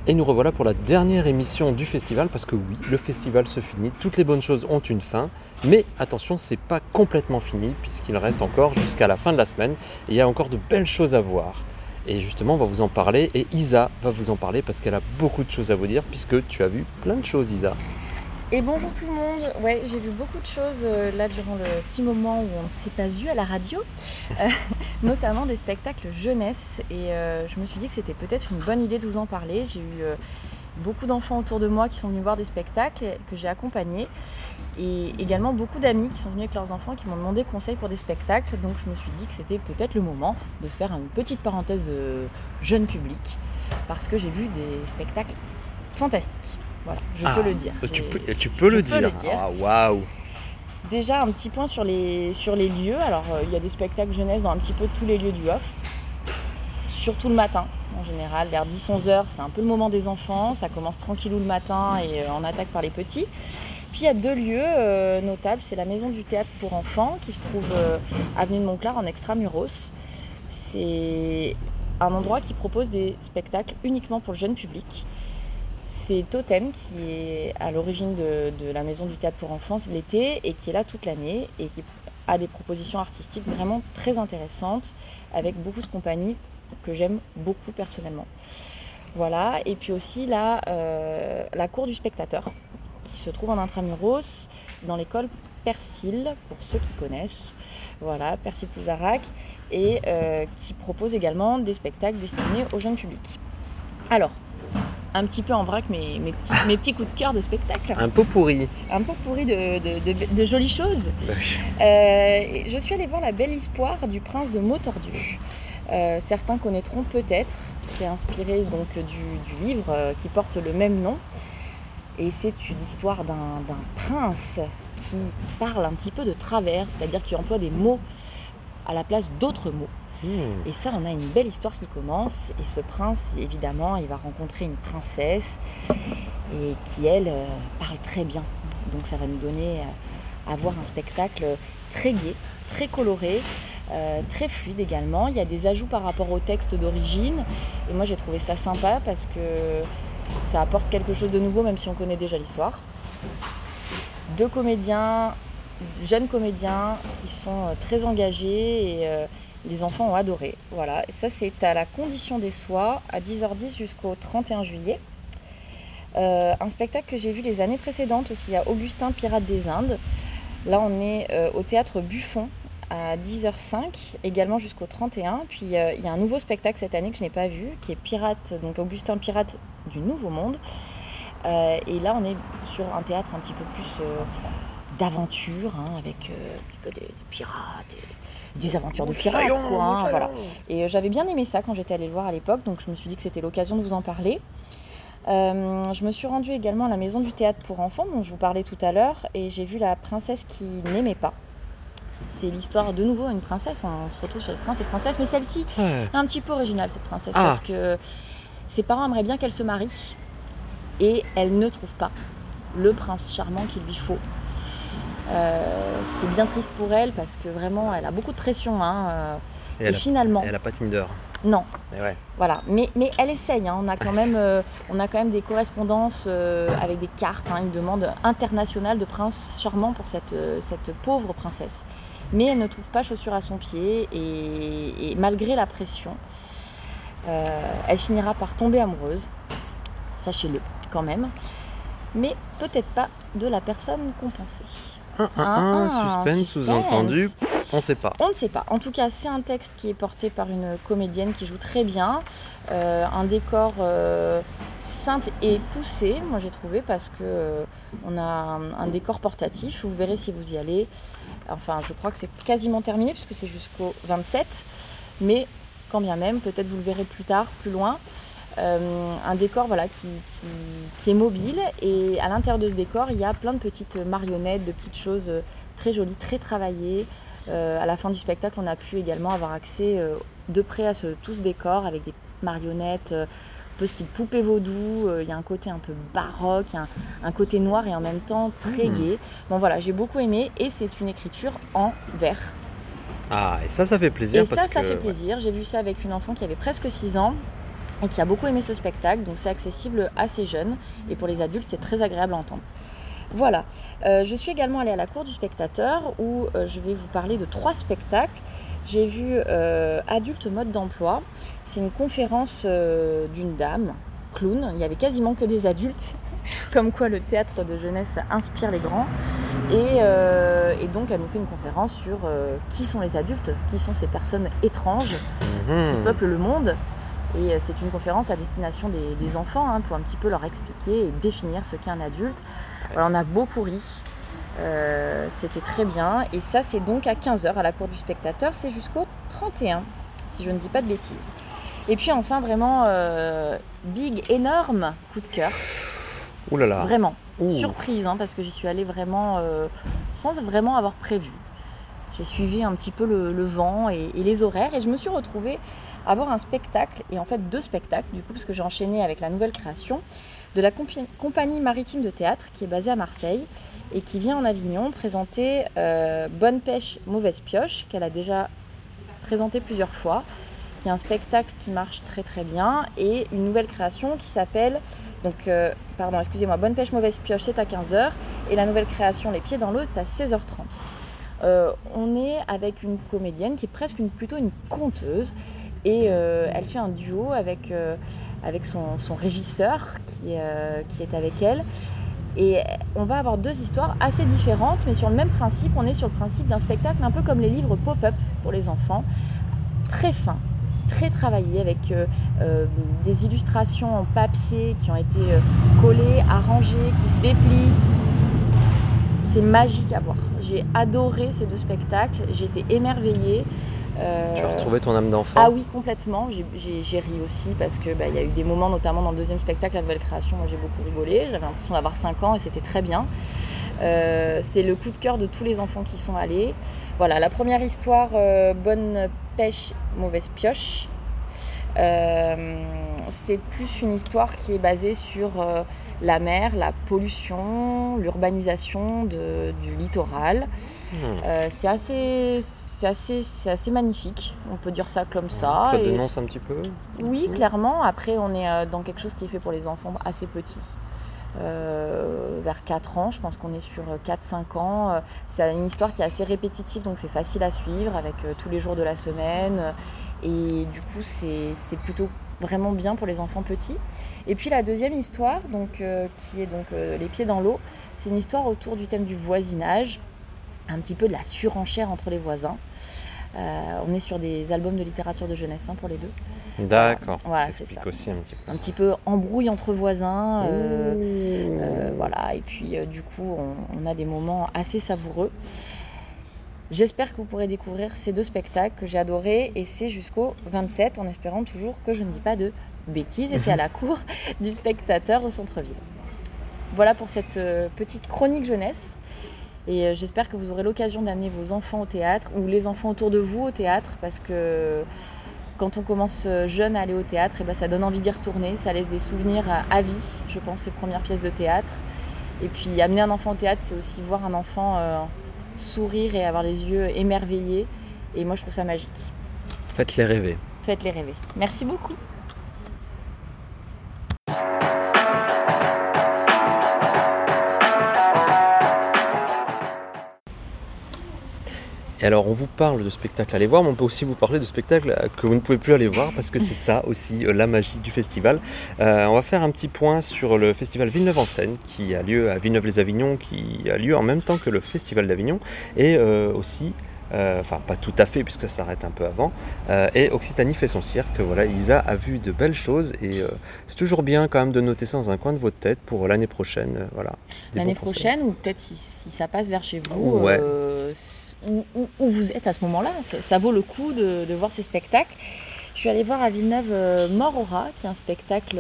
Et nous revoilà pour la dernière émission du festival, parce que oui, le festival se finit, toutes les bonnes choses ont une fin, mais attention, c'est pas complètement fini, puisqu'il reste encore jusqu'à la fin de la semaine, et il y a encore de belles choses à voir. Et justement, on va vous en parler, et Isa va vous en parler, parce qu'elle a beaucoup de choses à vous dire, puisque tu as vu plein de choses, Isa. Et bonjour tout le monde. Ouais, j'ai vu beaucoup de choses là durant le petit moment où on ne s'est pas vu à la radio, notamment des spectacles jeunesse. Et je me suis dit que c'était peut-être une bonne idée de vous en parler. J'ai eu beaucoup d'enfants autour de moi qui sont venus voir des spectacles que j'ai accompagnés. Et également beaucoup d'amis qui sont venus avec leurs enfants qui m'ont demandé conseil pour des spectacles. Donc je me suis dit que c'était peut-être le moment de faire une petite parenthèse jeune public, parce que j'ai vu des spectacles fantastiques. Voilà, je peux le dire. Tu peux le dire. Ah, waouh. Déjà, un petit point sur les lieux. Alors, il y a des spectacles jeunesse dans un petit peu tous les lieux du Off. Surtout le matin, en général. Vers 10-11 heures, c'est un peu le moment des enfants. Ça commence tranquillou le matin et on attaque par les petits. Puis, il y a deux lieux notables. C'est la Maison du Théâtre pour Enfants, qui se trouve avenue de Montclar, en Extramuros. C'est un endroit qui propose des spectacles uniquement pour le jeune public. C'est Totem qui est à l'origine de la Maison du Théâtre pour Enfants l'été et qui est là toute l'année et qui a des propositions artistiques vraiment très intéressantes avec beaucoup de compagnies que j'aime beaucoup personnellement. Voilà, et puis aussi la cour du spectateur qui se trouve en Intramuros dans l'école Persil, pour ceux qui connaissent. Voilà, Persil Pouzarac, et qui propose également des spectacles destinés au jeune public. Alors, un petit peu en vrac mes petits coups de cœur de spectacle. Un pot pourri. Un pot pourri de jolies choses. Je suis allée voir La Belle Histoire du Prince de Mots-Tordus. Certains connaîtront peut-être. C'est inspiré donc du livre qui porte le même nom. Et c'est une histoire d'un prince qui parle un petit peu de travers, c'est-à-dire qui emploie des mots à la place d'autres mots. Et ça, on a une belle histoire qui commence. Et ce prince, évidemment, il va rencontrer une princesse et qui, elle, parle très bien. Donc ça va nous donner à voir un spectacle très gai, très coloré, très fluide également. Il y a des ajouts par rapport au texte d'origine. Et moi, j'ai trouvé ça sympa parce que ça apporte quelque chose de nouveau, même si on connaît déjà l'histoire. Deux comédiens, jeunes comédiens, qui sont très engagés et les enfants ont adoré. Voilà. Et ça, c'est à la Condition des Soies, à 10h10 jusqu'au 31 juillet. Un spectacle que j'ai vu les années précédentes aussi, à Augustin, Pirate des Indes. Là, on est au théâtre Buffon, à 10h05, également jusqu'au 31. Puis, il y a un nouveau spectacle cette année que je n'ai pas vu, qui est Pirate, donc Augustin Pirate du Nouveau Monde. Et là, on est sur un théâtre un petit peu plus d'aventure, avec des pirates, des aventures de pirates, quoi. Voilà. Et j'avais bien aimé ça quand j'étais allée le voir à l'époque, donc je me suis dit que c'était l'occasion de vous en parler. Je me suis rendue également à la Maison du Théâtre pour Enfants, dont je vous parlais tout à l'heure, et j'ai vu La Princesse qui n'aimait pas. C'est l'histoire de nouveau d'une princesse, on se retrouve sur les princes et princesses, mais celle-ci est un petit peu originale, cette princesse, parce que ses parents aimeraient bien qu'elle se marie, et elle ne trouve pas le prince charmant qu'il lui faut. C'est bien triste pour elle parce que vraiment elle a beaucoup de pression et finalement elle a pas Tinder. Non. Et ouais. Voilà, mais elle essaye. On a quand même des correspondances avec des cartes, une demande internationale de prince charmant pour cette pauvre princesse. Mais elle ne trouve pas chaussure à son pied et malgré la pression, elle finira par tomber amoureuse, sachez-le quand même, mais peut-être pas de la personne qu'on pensait. Suspense sous-entendu, on ne sait pas. On ne sait pas. En tout cas, c'est un texte qui est porté par une comédienne qui joue très bien. Un décor simple et poussé, moi j'ai trouvé, parce que on a un décor portatif. Vous verrez si vous y allez. Enfin, je crois que c'est quasiment terminé puisque c'est jusqu'au 27. Mais quand bien même, peut-être vous le verrez plus tard, plus loin. Un décor qui est mobile, et à l'intérieur de ce décor il y a plein de petites marionnettes, de petites choses très jolies, très travaillées. À la fin du spectacle, on a pu également avoir accès de près à tout ce décor avec des petites marionnettes un peu style poupée vaudou. Il y a un côté un peu baroque, il y a un côté noir et en même temps très gai. Bon voilà, j'ai beaucoup aimé, et c'est une écriture en vers. Ah, et ça fait plaisir. Ça fait plaisir. J'ai vu ça avec une enfant qui avait presque 6 ans. et qui a beaucoup aimé ce spectacle, donc c'est accessible à assez jeunes, et pour les adultes c'est très agréable à entendre. Voilà, je suis également allée à la cour du spectateur où je vais vous parler de 3 spectacles. J'ai vu Adulte mode d'emploi, c'est une conférence d'une dame, clown, il y avait quasiment que des adultes, comme quoi le théâtre de jeunesse inspire les grands. Et donc elle nous fait une conférence sur qui sont les adultes, qui sont ces personnes étranges qui peuplent le monde. Et c'est une conférence à destination des enfants pour un petit peu leur expliquer et définir ce qu'est un adulte. Voilà, on a beaucoup ri, c'était très bien. Et ça c'est donc à 15h à la cour du spectateur, c'est jusqu'au 31, si je ne dis pas de bêtises. Et puis enfin vraiment big, énorme coup de cœur. Ouh là là. Vraiment, surprise parce que j'y suis allée vraiment sans vraiment avoir prévu. J'ai suivi un petit peu le vent et les horaires et je me suis retrouvée à voir un spectacle, et en fait 2 spectacles du coup, parce que j'ai enchaîné avec la nouvelle création de la compagnie maritime de théâtre qui est basée à Marseille et qui vient en Avignon présenter Bonne pêche, mauvaise pioche, qu'elle a déjà présenté plusieurs fois, qui est un spectacle qui marche très très bien, et une nouvelle création qui s'appelle, Bonne pêche, mauvaise pioche, c'est à 15h, et la nouvelle création Les pieds dans l'eau, c'est à 16h30. On est avec une comédienne qui est presque plutôt une conteuse, et elle fait un duo avec son régisseur qui est avec elle. Et on va avoir 2 histoires assez différentes, mais sur le même principe. On est sur le principe d'un spectacle un peu comme les livres pop-up pour les enfants, très fin, très travaillé, avec des illustrations en papier qui ont été collées, arrangées, qui se déplient. C'est magique à voir. J'ai adoré ces 2 spectacles, j'ai été émerveillée. Tu as retrouvé ton âme d'enfant? Ah oui, complètement. J'ai ri aussi parce que y a eu des moments, notamment dans le 2e spectacle, la nouvelle création, moi j'ai beaucoup rigolé. J'avais l'impression d'avoir 5 ans et c'était très bien. C'est le coup de cœur de tous les enfants qui sont allés. Voilà, la première histoire, Bonne pêche, mauvaise pioche. C'est plus une histoire qui est basée sur la mer, la pollution, l'urbanisation du littoral. C'est assez magnifique, on peut dire ça comme ça. Ça dénonce un petit peu? Oui, clairement. Après, on est dans quelque chose qui est fait pour les enfants assez petits. Vers 4 ans, je pense qu'on est sur 4-5 ans. C'est une histoire qui est assez répétitive, donc c'est facile à suivre avec tous les jours de la semaine. Et du coup, c'est plutôt vraiment bien pour les enfants petits. Et puis la deuxième histoire, qui est Les pieds dans l'eau, c'est une histoire autour du thème du voisinage, un petit peu de la surenchère entre les voisins. On est sur des albums de littérature de jeunesse pour les 2. D'accord, voilà, c'est ça. Aussi un petit peu embrouille entre voisins. Voilà. Et puis du coup, on a des moments assez savoureux. J'espère que vous pourrez découvrir ces 2 spectacles que j'ai adorés, et c'est jusqu'au 27, en espérant toujours que je ne dis pas de bêtises, et c'est à la cour du spectateur au centre-ville. Voilà pour cette petite chronique jeunesse, et j'espère que vous aurez l'occasion d'amener vos enfants au théâtre, ou les enfants autour de vous au théâtre, parce que quand on commence jeune à aller au théâtre, ça donne envie d'y retourner, ça laisse des souvenirs à vie, je pense, ces premières pièces de théâtre. Et puis amener un enfant au théâtre, c'est aussi voir un enfant sourire et avoir les yeux émerveillés, et moi je trouve ça magique. Faites-les rêver. Faites-les rêver. Merci beaucoup. Et alors on vous parle de spectacles à aller voir, mais on peut aussi vous parler de spectacles que vous ne pouvez plus aller voir, parce que c'est ça aussi la magie du festival. On va faire un petit point sur le festival Villeneuve-en-Seine, qui a lieu à Villeneuve-les-Avignon, qui a lieu en même temps que le festival d'Avignon, et aussi, pas tout à fait puisque ça s'arrête un peu avant, et Occitanie fait son cirque. Voilà, Isa a vu de belles choses, et c'est toujours bien quand même de noter ça dans un coin de votre tête pour l'année prochaine. Voilà, l'année prochaine, ou peut-être si ça passe vers chez vous, ouais. Où vous êtes à ce moment-là, ça vaut le coup de voir ces spectacles. Je suis allée voir à Villeneuve Mort-Aura, qui est un spectacle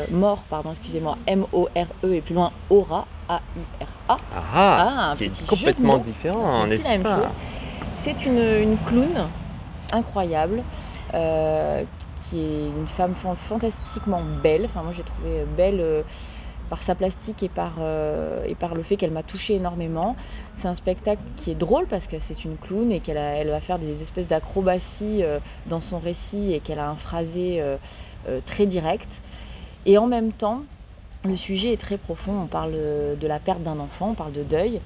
M-O-R-E, et plus loin Aura, A-U-R-A. Ce qui est complètement différent, n'est-ce pas? C'est une clown incroyable, qui est une femme fantastiquement belle. Moi j'ai trouvé belle par sa plastique et par le fait qu'elle m'a touchée énormément. C'est un spectacle qui est drôle parce que c'est une clown et elle va faire des espèces d'acrobaties dans son récit et qu'elle a un phrasé très direct. Et en même temps, le sujet est très profond. On parle de la perte d'un enfant, on parle de deuil.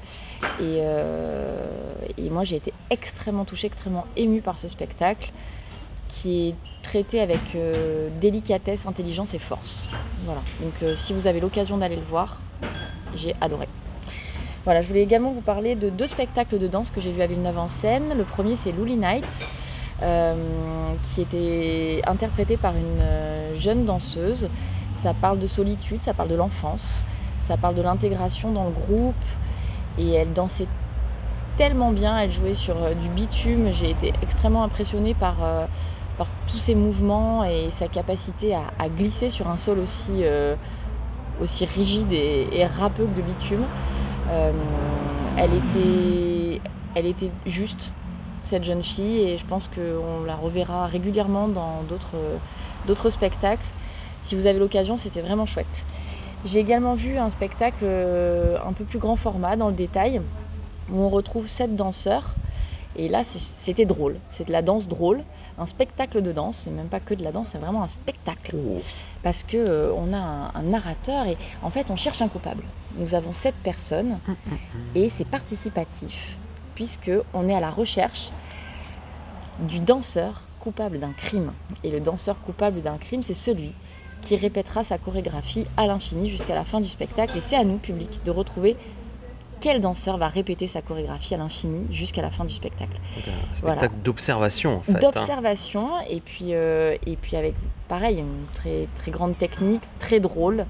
Et moi, j'ai été extrêmement touchée, extrêmement émue par ce spectacle qui est traité avec délicatesse, intelligence et force. Voilà. Donc si vous avez l'occasion d'aller le voir, j'ai adoré. Voilà, je voulais également vous parler de 2 spectacles de danse que j'ai vus à Villeneuve-en-Seine. Le premier, c'est Lully Nights, qui était interprété par une jeune danseuse. Ça parle de solitude, ça parle de l'enfance, ça parle de l'intégration dans le groupe. Et elle dansait tellement bien, elle jouait sur du bitume. J'ai été extrêmement impressionnée par tous ses mouvements et sa capacité à glisser sur un sol aussi rigide et râpeux que de bitume. Elle était juste, cette jeune fille, et je pense qu'on la reverra régulièrement dans d'autres spectacles. Si vous avez l'occasion, c'était vraiment chouette. J'ai également vu un spectacle un peu plus grand format, dans le détail, où on retrouve 7 danseurs. Et là, c'était drôle. C'est de la danse drôle, un spectacle de danse. C'est même pas que de la danse, c'est vraiment un spectacle. Parce qu'on a un narrateur et en fait, on cherche un coupable. Nous avons 7 personnes et c'est participatif, puisqu'on est à la recherche du danseur coupable d'un crime. Et le danseur coupable d'un crime, c'est celui qui répétera sa chorégraphie à l'infini jusqu'à la fin du spectacle. Et c'est à nous, public, de retrouver quel danseur va répéter sa chorégraphie à l'infini jusqu'à la fin du spectacle. Donc un spectacle d'observation, en fait. D'observation, et puis avec, pareil, une très, très grande technique, très drôle,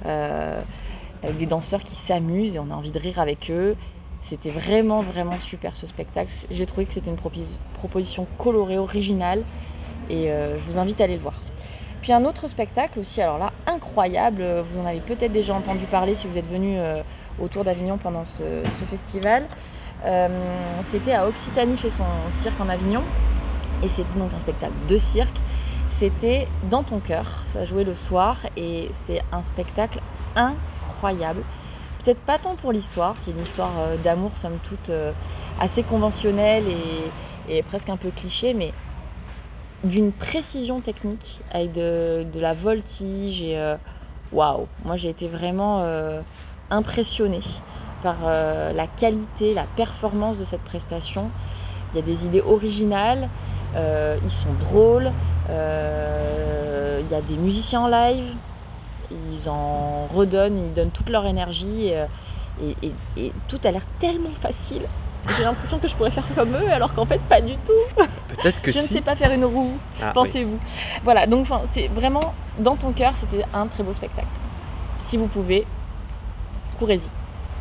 avec des danseurs qui s'amusent et on a envie de rire avec eux. C'était vraiment, vraiment super, ce spectacle. J'ai trouvé que c'était une proposition colorée, originale, et je vous invite à aller le voir. Puis un autre spectacle aussi, alors là, incroyable, vous en avez peut-être déjà entendu parler si vous êtes venu autour d'Avignon pendant ce festival. C'était à Occitanie fait son cirque en Avignon, et c'est donc un spectacle de cirque. C'était Dans ton cœur, ça jouait le soir, et c'est un spectacle incroyable. Peut-être pas tant pour l'histoire, qui est une histoire d'amour somme toute assez conventionnelle et presque un peu cliché, mais d'une précision technique, avec de la voltige et waouh. Moi j'ai été vraiment impressionnée par la qualité, la performance de cette prestation. Il y a des idées originales, ils sont drôles, il y a des musiciens en live, ils en redonnent, ils donnent toute leur énergie et tout a l'air tellement facile. J'ai l'impression que je pourrais faire comme eux, alors qu'en fait pas du tout. Peut-être que je ne sais pas faire une roue, pensez-vous. Oui. Voilà, donc c'est vraiment, Dans ton cœur, c'était un très beau spectacle. Si vous pouvez, courez-y.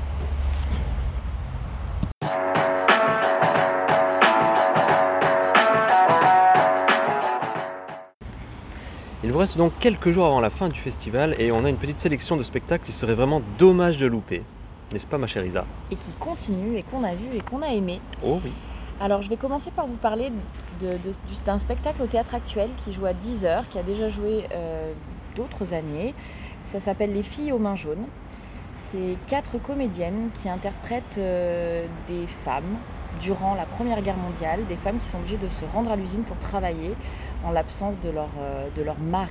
Il vous reste donc quelques jours avant la fin du festival et on a une petite sélection de spectacles qui serait vraiment dommage de louper. N'est-ce pas, ma chère Isa ? Et qui continue et qu'on a vu et qu'on a aimé. Oh oui. Alors je vais commencer par vous parler d'un spectacle au Théâtre Actuel qui joue à 10h, qui a déjà joué d'autres années. Ça s'appelle Les filles aux mains jaunes. C'est 4 comédiennes qui interprètent des femmes durant la Première Guerre mondiale, des femmes qui sont obligées de se rendre à l'usine pour travailler en l'absence de leur mari.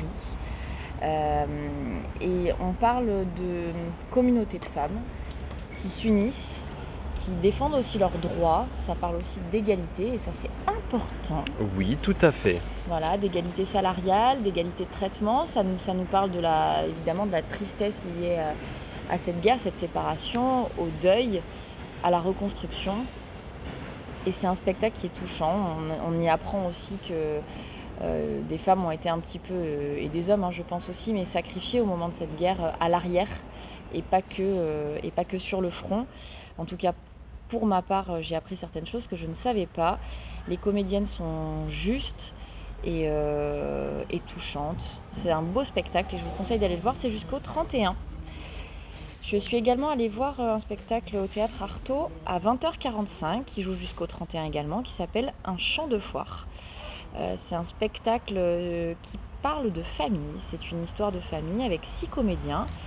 Et on parle de communauté de femmes qui s'unissent, qui défendent aussi leurs droits. Ça parle aussi d'égalité et ça c'est important. Oui, tout à fait. Voilà, d'égalité salariale, d'égalité de traitement. Ça nous parle évidemment de la tristesse liée à cette guerre, cette séparation, au deuil, à la reconstruction. Et c'est un spectacle qui est touchant. On y apprend aussi que des femmes ont été un petit peu, et des hommes je pense aussi, mais sacrifiés au moment de cette guerre à l'arrière et pas que sur le front. En tout cas, pour ma part, j'ai appris certaines choses que je ne savais pas. Les comédiennes sont justes et touchantes. C'est un beau spectacle et je vous conseille d'aller le voir. C'est jusqu'au 31. Je suis également allée voir un spectacle au Théâtre Artaud à 20h45, qui joue jusqu'au 31 également, qui s'appelle Un chant de foire. C'est un spectacle qui parle de famille. C'est une histoire de famille avec 6 comédiens.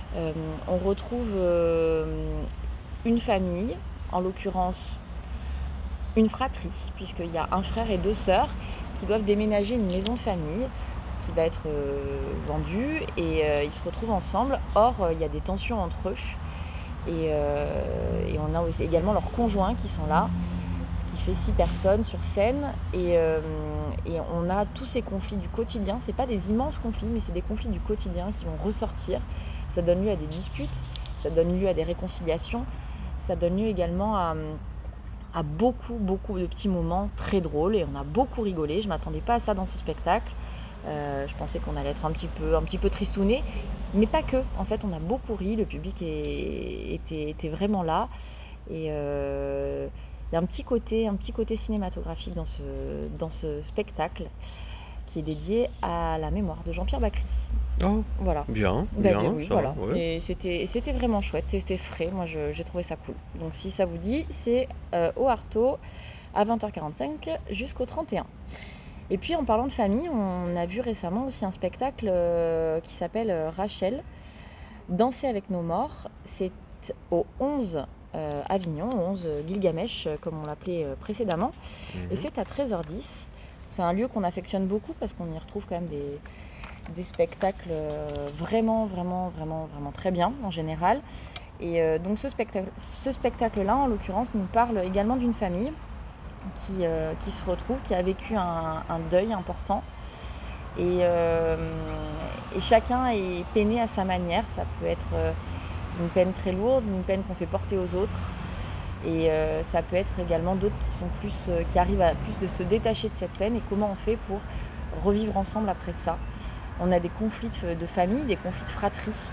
On retrouve une famille, en l'occurrence une fratrie, puisqu'il y a un frère et 2 sœurs qui doivent déménager une maison de famille qui va être vendue et ils se retrouvent ensemble. Or, il y a des tensions entre eux et on a aussi également leurs conjoints qui sont là, ce qui fait 6 personnes sur scène et on a tous ces conflits du quotidien. C'est pas des immenses conflits, mais c'est des conflits du quotidien qui vont ressortir. Ça donne lieu à des disputes, ça donne lieu à des réconciliations, ça donne lieu également à beaucoup de petits moments très drôles et on a beaucoup rigolé. Je ne m'attendais pas à ça dans ce spectacle. Je pensais qu'on allait être un petit peu tristouné, mais pas que. En fait, on a beaucoup ri, le public était vraiment là. Et il y a un petit côté cinématographique dans ce spectacle qui est dédié à la mémoire de Jean-Pierre Bacry. Oh, Voilà. bien, Oui, ça, voilà. ouais. Et c'était vraiment chouette, c'était frais, moi j'ai trouvé ça cool. Donc si ça vous dit, c'est au Artaud à 20h45 jusqu'au 31. Et puis en parlant de famille, on a vu récemment aussi un spectacle qui s'appelle Rachel, Danser avec nos morts. C'est au 11 Avignon, au 11 Gilgamesh, comme on l'appelait précédemment. Et c'est à 13h10. C'est un lieu qu'on affectionne beaucoup parce qu'on y retrouve quand même des spectacles vraiment très bien en général. Et donc ce spectacle-là, en l'occurrence, nous parle également d'une famille qui se retrouve, qui a vécu un deuil important. Et chacun est peiné à sa manière. Ça peut être une peine très lourde, une peine qu'on fait porter aux autres. Et ça peut être également d'autres qui arrivent à plus de se détacher de cette peine et comment on fait pour revivre ensemble après ça. On a des conflits de famille, des conflits de fratrie.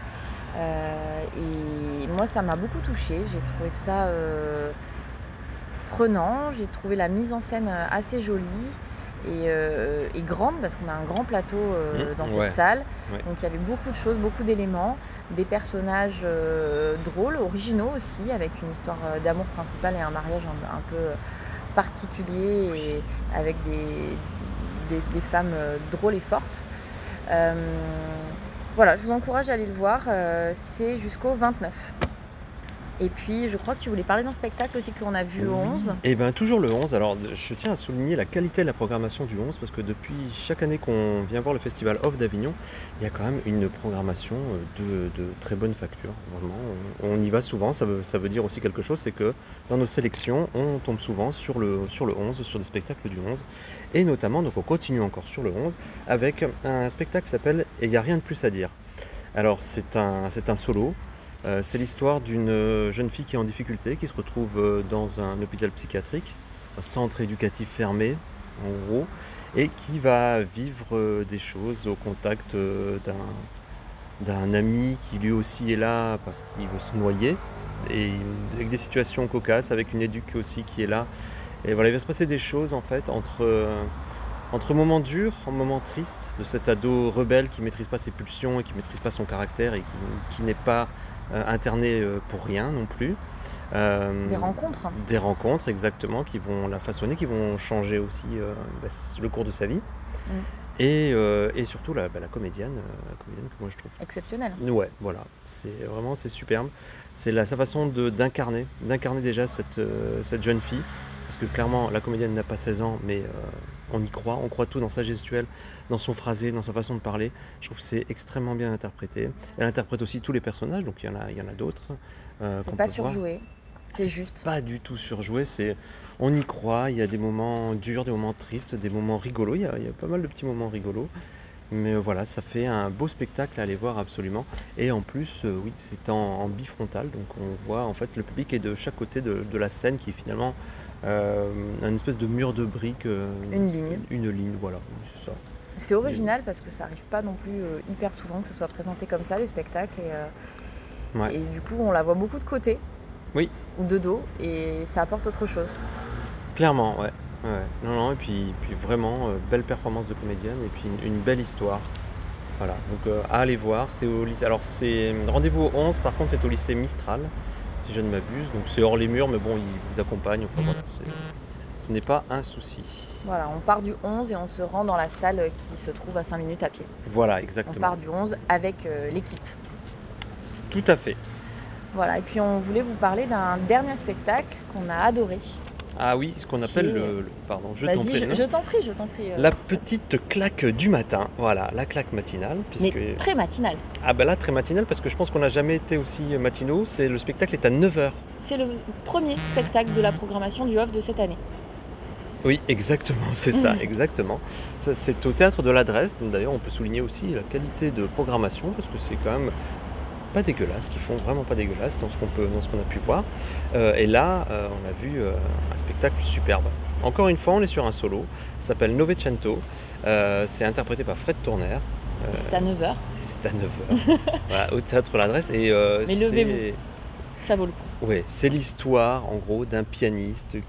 Et moi, ça m'a beaucoup touchée. J'ai trouvé ça prenant. J'ai trouvé la mise en scène assez jolie et grande parce qu'on a un grand plateau dans cette salle. Ouais. Donc il y avait beaucoup de choses, beaucoup d'éléments, des personnages drôles, originaux aussi, avec une histoire d'amour principale et un mariage un peu particulier et avec des femmes drôles et fortes. Voilà, je vous encourage à aller le voir, c'est jusqu'au 29. Et puis, je crois que tu voulais parler d'un spectacle aussi qu'on a vu le 11. Et bien, toujours le 11. Alors, je tiens à souligner la qualité de la programmation du 11 parce que depuis chaque année qu'on vient voir le Festival Off d'Avignon, il y a quand même une programmation de très bonne facture. Vraiment, on y va souvent. Ça veut dire aussi quelque chose, c'est que dans nos sélections, on tombe souvent sur le 11, sur des spectacles du 11. Et notamment, donc on continue encore sur le 11 avec un spectacle qui s'appelle « Et il n'y a rien de plus à dire ». Alors, c'est un solo. C'est l'histoire d'une jeune fille qui est en difficulté, qui se retrouve dans un hôpital psychiatrique, un centre éducatif fermé, en gros, et qui va vivre des choses au contact d'un ami qui lui aussi est là parce qu'il veut se noyer, et avec des situations cocasses, avec une éduque aussi qui est là. Et voilà, il va se passer des choses en fait entre moments durs, moments tristes, de cet ado rebelle qui ne maîtrise pas ses pulsions et qui ne maîtrise pas son caractère et qui n'est pas interné pour rien non plus. Des rencontres. Des rencontres, exactement, qui vont la façonner, qui vont changer aussi le cours de sa vie. Et surtout la comédienne que moi je trouve Exceptionnelle. Ouais, voilà, c'est superbe. C'est sa façon d'incarner déjà cette jeune fille. Parce que clairement, la comédienne n'a pas 16 ans, mais on y croit. On croit tout dans sa gestuelle, dans son phrasé, dans sa façon de parler. Je trouve que c'est extrêmement bien interprété. Elle interprète aussi tous les personnages, donc il y en a d'autres. C'est pas surjoué, c'est juste. Pas du tout surjoué, on y croit. Il y a des moments durs, des moments tristes, des moments rigolos. Il y a pas mal de petits moments rigolos. Mais voilà, ça fait un beau spectacle à aller voir absolument. Et en plus, oui, c'est en bifrontal, donc on voit en fait le public est de chaque côté de la scène qui est finalement un espèce de mur de briques. Une ligne. Une ligne, voilà, c'est ça. C'est original parce que ça arrive pas non plus hyper souvent que ce soit présenté comme ça, les spectacles. Et du coup, on la voit beaucoup de côté. Oui. Ou de dos, et ça apporte autre chose. Clairement, ouais. Non, et puis vraiment, belle performance de comédienne et puis une belle histoire. Voilà, donc à aller voir, c'est au lycée. Alors c'est rendez-vous au 11, par contre c'est au lycée Mistral, si je ne m'abuse. Donc c'est hors les murs, mais bon, ils vous accompagnent. Enfin voilà, ce n'est pas un souci. Voilà, on part du 11 et on se rend dans la salle qui se trouve à 5 minutes à pied. Voilà, exactement. On part du 11 avec l'équipe. Tout à fait. Voilà, et puis on voulait vous parler d'un dernier spectacle qu'on a adoré. Ah oui, ce qu'on appelle pardon, je t'en prie. Vas-y, je t'en prie. La petite claque du matin, voilà, la claque matinale. Mais très matinale. Ah ben là, très matinale, parce que je pense qu'on n'a jamais été aussi matinaux. Le spectacle est à 9h. C'est le premier spectacle de la programmation du Off de cette année. Oui, exactement, c'est ça, exactement. C'est au Théâtre de l'Adresse, donc d'ailleurs on peut souligner aussi la qualité de programmation, parce que c'est quand même pas dégueulasse, qu'ils font vraiment pas dégueulasse dans ce qu'on a pu voir. Et là, on a vu un spectacle superbe. Encore une fois, on est sur un solo, ça s'appelle Novecento, c'est interprété par Fred Tournaire. C'est à 9h. Et c'est à 9h, voilà, au Théâtre de l'Adresse. Et, mais levez-vous, ça vaut le coup. Oui, c'est l'histoire en gros d'un pianiste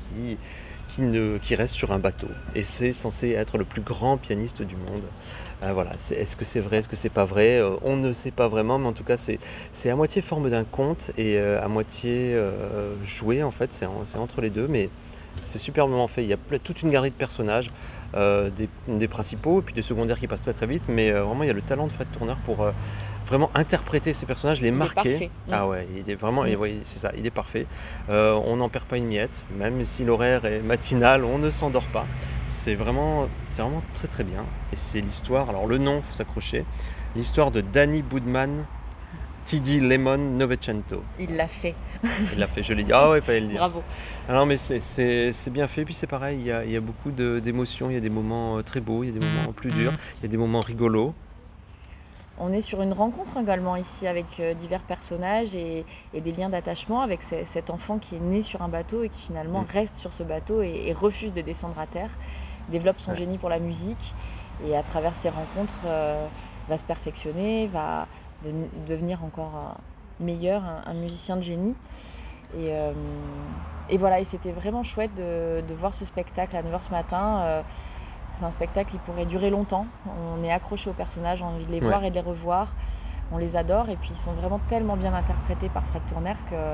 qui reste sur un bateau. Et c'est censé être le plus grand pianiste du monde. Voilà. Est-ce que c'est vrai, est-ce que c'est pas vrai, on ne sait pas vraiment, mais en tout cas c'est à moitié forme d'un conte et à moitié joué en fait, c'est entre les deux, mais c'est superbement fait. Il y a toute une galerie de personnages, des principaux et puis des secondaires qui passent très très vite, mais vraiment il y a le talent de Fred Tourner pour vraiment interpréter ces personnages, les marquer. Ah ouais, il est vraiment, oui, c'est ça, il est parfait. On n'en perd pas une miette, même si l'horaire est matinal, on ne s'endort pas. C'est vraiment très très bien. Et c'est l'histoire, alors le nom, il faut s'accrocher, l'histoire de Danny Boudman, T.D. Lemon Novecento. Il l'a fait. Il l'a fait, je l'ai dit. Ah ouais, il fallait le dire. Bravo. Alors mais c'est bien fait, puis c'est pareil, il y a beaucoup d'émotions, il y a des moments très beaux, il y a des moments plus durs, il y a des moments rigolos. On est sur une rencontre également ici avec divers personnages et des liens d'attachement avec cet enfant qui est né sur un bateau et qui finalement reste sur ce bateau et refuse de descendre à terre, développe son génie pour la musique et à travers ces rencontres va se perfectionner, va devenir encore meilleur, un musicien de génie. Et voilà, et c'était vraiment chouette de voir ce spectacle à 9h ce matin. C'est un spectacle qui pourrait durer longtemps. On est accroché aux personnages, on a envie de les voir et de les revoir. On les adore et puis ils sont vraiment tellement bien interprétés par Fred Tourner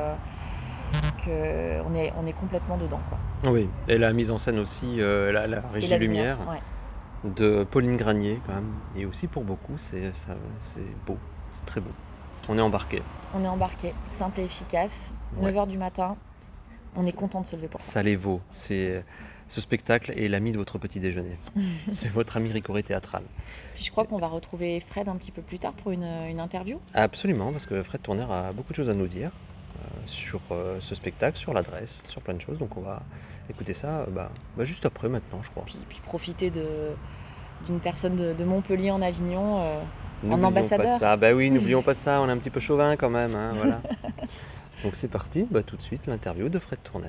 qu'on est complètement dedans, quoi. Oui, et la mise en scène aussi, la régie la lumière de Pauline Granier quand même. Et aussi pour beaucoup, c'est beau, c'est très beau. On est embarqué. On est embarqué, simple et efficace. 9h du matin, on est content de se lever pour ça. Ça les vaut. Ce spectacle est l'ami de votre petit déjeuner. C'est votre ami Ricoré théâtral. Puis je crois qu'on va retrouver Fred un petit peu plus tard pour une interview. Absolument, parce que Fred Tourner a beaucoup de choses à nous dire sur ce spectacle, sur l'adresse, sur plein de choses. Donc on va écouter ça juste après maintenant, je crois. Puis profiter d'une personne de Montpellier en Avignon en Pas ambassadeur. ça. Bah oui, n'oublions pas ça, on est un petit peu chauvin quand même. Hein, voilà. Donc c'est parti, tout de suite l'interview de Fred Tourner.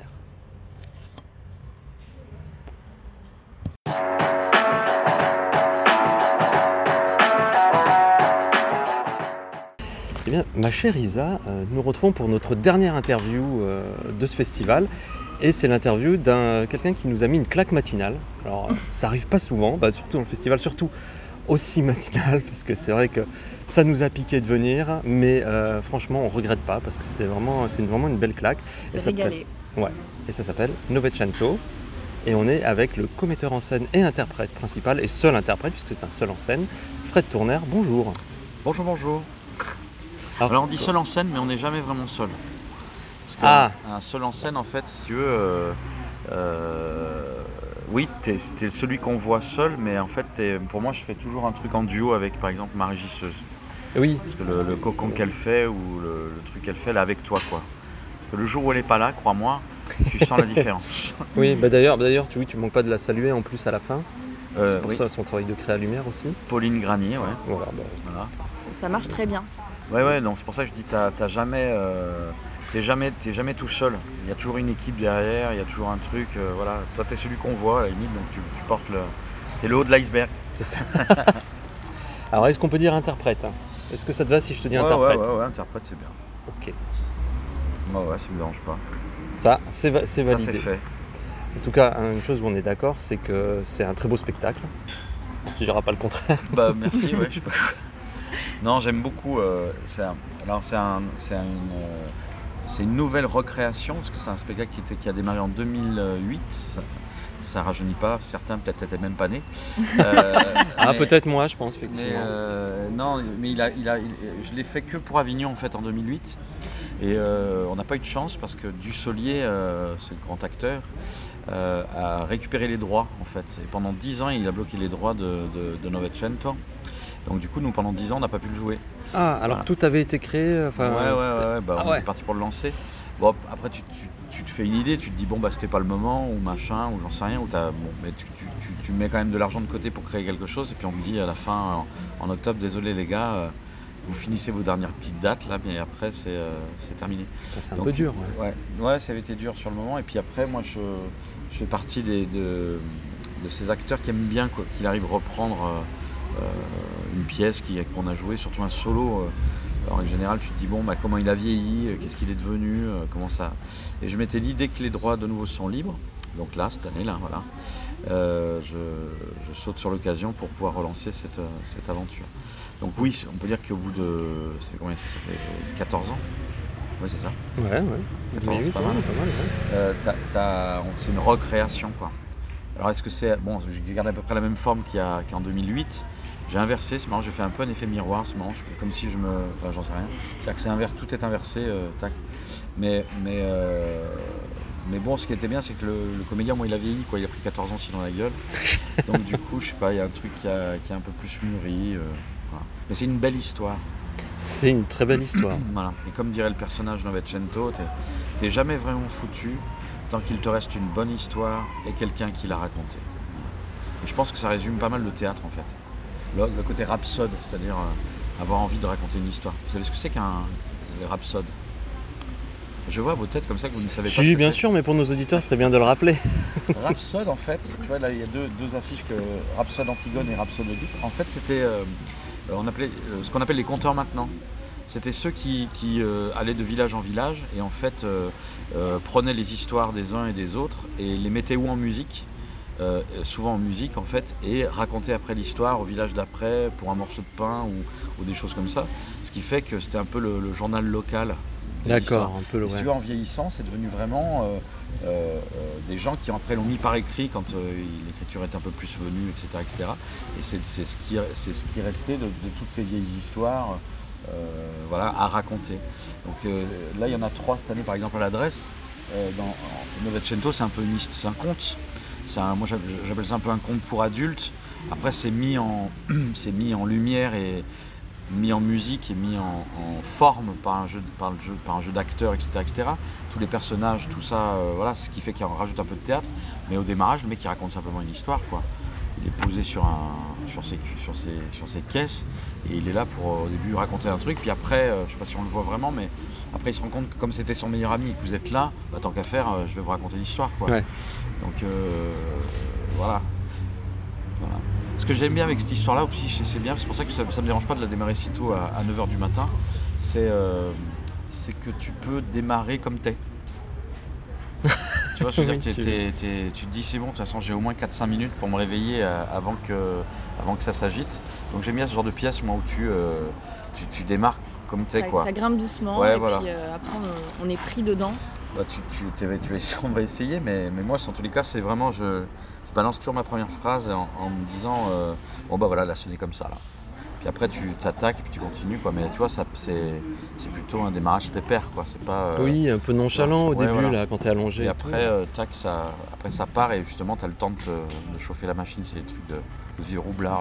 Eh bien, ma chère Isa, nous retrouvons pour notre dernière interview de ce festival. Et c'est l'interview d'un quelqu'un qui nous a mis une claque matinale. Alors, ça arrive pas souvent, surtout dans le festival, surtout aussi matinal, parce que c'est vrai que ça nous a piqué de venir, mais franchement, on regrette pas, parce que c'est vraiment une belle claque. C'est régalé. Ouais, et ça s'appelle Novecento. Et on est avec le co-metteur en scène et interprète principal, et seul interprète, puisque c'est un seul en scène, Fred Tourner. Bonjour. Bonjour. Alors on dit seul en scène, mais on n'est jamais vraiment seul. Parce qu'un seul en scène, en fait, si tu veux, oui, t'es celui qu'on voit seul, mais en fait, pour moi, je fais toujours un truc en duo avec, par exemple, ma régisseuse. Oui. Parce que le cocon qu'elle fait ou le truc qu'elle fait, elle est avec toi, quoi. Parce que le jour où elle n'est pas là, crois-moi, tu sens la différence. Oui, d'ailleurs, tu manques pas de la saluer en plus à la fin. C'est pour ça son travail de créa lumière aussi. Pauline Granier, ouais. Voilà. Ça marche très bien. Ouais, non, c'est pour ça que je dis, t'es jamais tout seul. Il y a toujours une équipe derrière, il y a toujours un truc, voilà. Toi, t'es celui qu'on voit, à la limite, donc tu portes t'es le haut de l'iceberg. C'est ça. Alors, est-ce qu'on peut dire interprète ? Est-ce que ça te va si je te dis interprète ? Ouais, interprète, c'est bien. Ok. Ouais, ça me dérange pas. Ça, c'est validé. Ça, c'est fait. En tout cas, une chose où on est d'accord, c'est que c'est un très beau spectacle. Tu diras pas le contraire. Merci, ouais, je sais pas. Non, j'aime beaucoup. C'est une nouvelle recréation, parce que c'est un spectacle qui a démarré en 2008. ça rajeunit pas. Certains peut-être n'étaient même pas nés. Peut-être moi, je pense effectivement. Mais je l'ai fait que pour Avignon en fait en 2008. Et on n'a pas eu de chance parce que Dussolier, ce grand acteur, a récupéré les droits en fait. Et pendant 10 ans, il a bloqué les droits de Novecento. Donc du coup, nous pendant 10 ans, on n'a pas pu le jouer. Ah, alors tout avait été créé. On est parti pour le lancer. Bon, après tu te fais une idée, tu te dis c'était pas le moment ou machin ou j'en sais rien, mais tu mets quand même de l'argent de côté pour créer quelque chose et puis on me dit à la fin en octobre, désolé les gars, vous finissez vos dernières petites dates là, mais après c'est terminé. C'est un peu dur. Ouais, ça avait été dur sur le moment et puis après moi je fais partie de ces acteurs qui aiment bien qu'il arrive à reprendre une pièce qu'on a jouée, surtout un solo. Alors, en général, tu te dis comment il a vieilli, qu'est-ce qu'il est devenu, comment ça. Et je m'étais dit dès que les droits de nouveau sont libres, donc là cette année-là, voilà, je saute sur l'occasion pour pouvoir relancer cette aventure. Donc oui, on peut dire qu'au bout de, ça fait 14 ans. Oui, c'est ça. Ouais. 14 ans, c'est pas mal. C'est une recréation quoi. Alors est-ce que c'est j'ai gardé à peu près la même forme qu'en 2008. J'ai inversé, c'est marrant, j'ai fait un peu un effet miroir, c'est marrant, comme si j'en sais rien. C'est-à-dire que c'est inversé, tout est inversé, tac. Mais bon, ce qui était bien, c'est que le comédien, il a vieilli, quoi, il a pris 14 ans dans la gueule. Donc du coup, je sais pas, il y a un truc qui est un peu plus mûri. Voilà. Mais c'est une belle histoire. C'est une très belle histoire. Voilà. Et comme dirait le personnage Novecento, t'es jamais vraiment foutu tant qu'il te reste une bonne histoire et quelqu'un qui l'a racontée. Et je pense que ça résume pas mal le théâtre en fait. Le côté rhapsode, c'est-à-dire avoir envie de raconter une histoire. Vous savez ce que c'est qu'un rhapsode ? Je vois vos têtes comme ça que vous ne savez pas. Oui, bien sûr, mais pour nos auditeurs, ce serait bien de le rappeler. Rhapsode, en fait, tu vois, là, il y a deux affiches, Rhapsode Antigone et Rhapsode Oedipe. En fait, c'était ce qu'on appelle les conteurs maintenant. C'était ceux qui allaient de village en village et en fait prenaient les histoires des uns et des autres et les mettaient en musique. Souvent en musique en fait, et raconter après l'histoire au village d'après pour un morceau de pain ou des choses comme ça, ce qui fait que c'était un peu le journal local. D'accord, un peu le. Et si tu vois, en vieillissant, c'est devenu vraiment des gens qui après l'ont mis par écrit quand l'écriture est un peu plus venue, etc. Et c'est ce qui restait de toutes ces vieilles histoires à raconter. Donc là, il y en a 3 cette année, par exemple à l'adresse. Dans Novecento, c'est un conte. Moi j'appelle ça un peu un conte pour adultes. Après c'est mis en lumière et mis en musique et mis en forme par un jeu d'acteurs, etc. Tous les personnages, tout ça, ce qui fait qu'il rajoute un peu de théâtre. Mais au démarrage, le mec il raconte simplement une histoire quoi. Il est posé sur ses caisses et il est là pour au début raconter un truc. Puis après, je sais pas si on le voit vraiment, mais après il se rend compte que comme c'était son meilleur ami et que vous êtes là, tant qu'à faire, je vais vous raconter l'histoire quoi. Ouais. Donc voilà. Ce que j'aime bien avec cette histoire-là, aussi, c'est bien, c'est pour ça que ça ne me dérange pas de la démarrer si tôt à 9h du matin, c'est que tu peux démarrer comme t'es. Tu vois, je veux dire, tu te dis c'est bon, de toute façon j'ai au moins 4-5 minutes pour me réveiller avant que ça s'agite. Donc j'aime bien ce genre de pièce moi, où tu démarres comme t'es. Ça grimpe doucement puis après on est pris dedans. On va essayer, mais moi en tous les cas c'est vraiment, je balance toujours ma première phrase en me disant là ce n'est comme ça là. Puis après tu t'attaques et puis tu continues quoi. Mais tu vois c'est plutôt un démarrage pépère quoi. C'est pas oui, un peu nonchalant au début là quand t'es allongé. Et après ça part et justement t'as le temps de chauffer la machine. C'est des trucs de vieux roublards.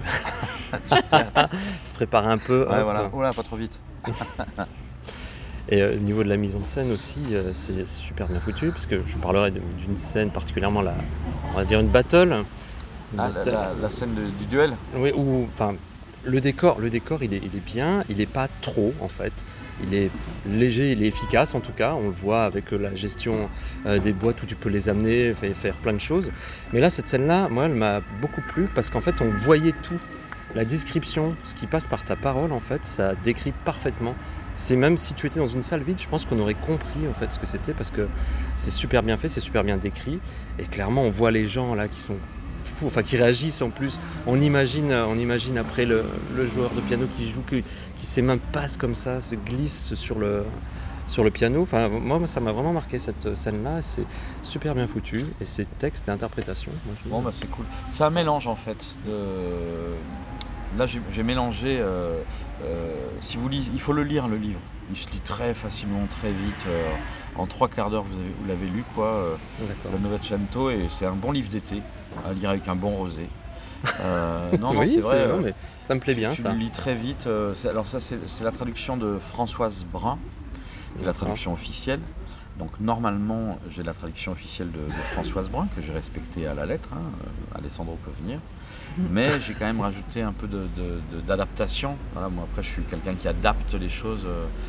Se préparer un peu. Ouais, voilà. Oh là, pas trop vite. Et au niveau de la mise en scène aussi, c'est super bien foutu, parce que je parlerai d'une scène particulièrement, on va dire une battle. La scène du duel. Oui, le décor il est bien, il n'est pas trop en fait. Il est léger, il est efficace en tout cas, on le voit avec la gestion des boîtes où tu peux les amener, faire plein de choses. Mais là, cette scène-là, moi, elle m'a beaucoup plu, parce qu'en fait, on voyait tout. La description, ce qui passe par ta parole, en fait, ça décrit parfaitement. C'est même si tu étais dans une salle vide, je pense qu'on aurait compris en fait ce que c'était, parce que c'est super bien fait, c'est super bien décrit, et clairement on voit les gens là qui sont fous, qui réagissent en plus. On imagine après le joueur de piano qui joue, qui ses mains passent comme ça, se glissent sur sur le piano. Enfin, moi, ça m'a vraiment marqué cette scène-là. C'est super bien foutu. Et c'est texte et interprétation. Moi, Bon, bah c'est cool. C'est un mélange en fait. Là, j'ai mélangé. Si vous lisez, il faut le lire, le livre. Il se lit très facilement, très vite. En 3/4 d'heure, vous l'avez lu, quoi. D'accord. Le Novecento, et c'est un bon livre d'été à lire avec un bon rosé. Non, Oui, c'est vrai. non, mais ça me plaît bien, tu ça. le lis très vite. Alors ça, c'est la traduction de Françoise Brun, qui est la traduction officielle. Donc normalement, j'ai la traduction officielle de Françoise Brun, que j'ai respectée à la lettre. Alessandro peut venir. Mais j'ai quand même rajouté un peu d'adaptation. Voilà, moi, après, je suis quelqu'un qui adapte les choses.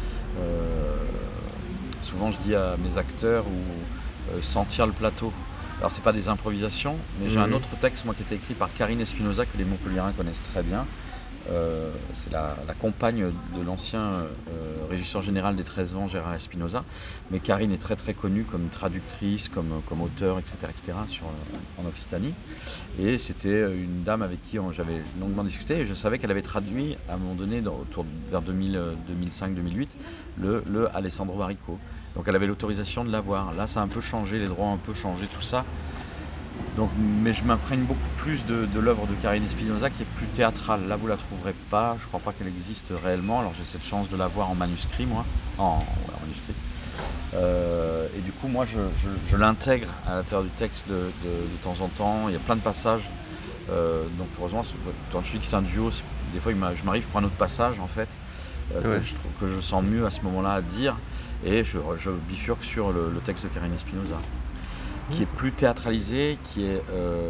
Souvent, je dis à mes acteurs ou sentir le plateau. Alors, c'est pas des improvisations, mais j'ai un autre texte, moi, qui était écrit par Karine Espinosa, que les Montpelliérains connaissent très bien. C'est la compagne de l'ancien régisseur général des 13 vents, Gérard Espinosa. Mais Karine est très très connue comme traductrice, comme auteure, etc. en Occitanie. Et c'était une dame avec qui j'avais longuement discuté, et je savais qu'elle avait traduit à un moment donné, vers 2005-2008, le Alessandro Baricco. Donc elle avait l'autorisation de l'avoir. Là, ça a un peu changé, les droits ont un peu changé, tout ça. Donc, mais je m'imprègne beaucoup plus de l'œuvre de Karine Espinosa, qui est plus théâtrale. Là, vous la trouverez pas. Je crois pas qu'elle existe réellement. Alors, j'ai cette chance de la voir en manuscrit, moi. En manuscrit. Et du coup, moi, je l'intègre à l'intérieur du texte de temps en temps. Il y a plein de passages. Donc, heureusement, quand je dis que c'est un duo, des fois, je m'arrive pour un autre passage, en fait, que je sens mieux à ce moment-là à dire. Et je bifurque sur le texte de Karine Espinosa, qui est plus théâtralisé, qui est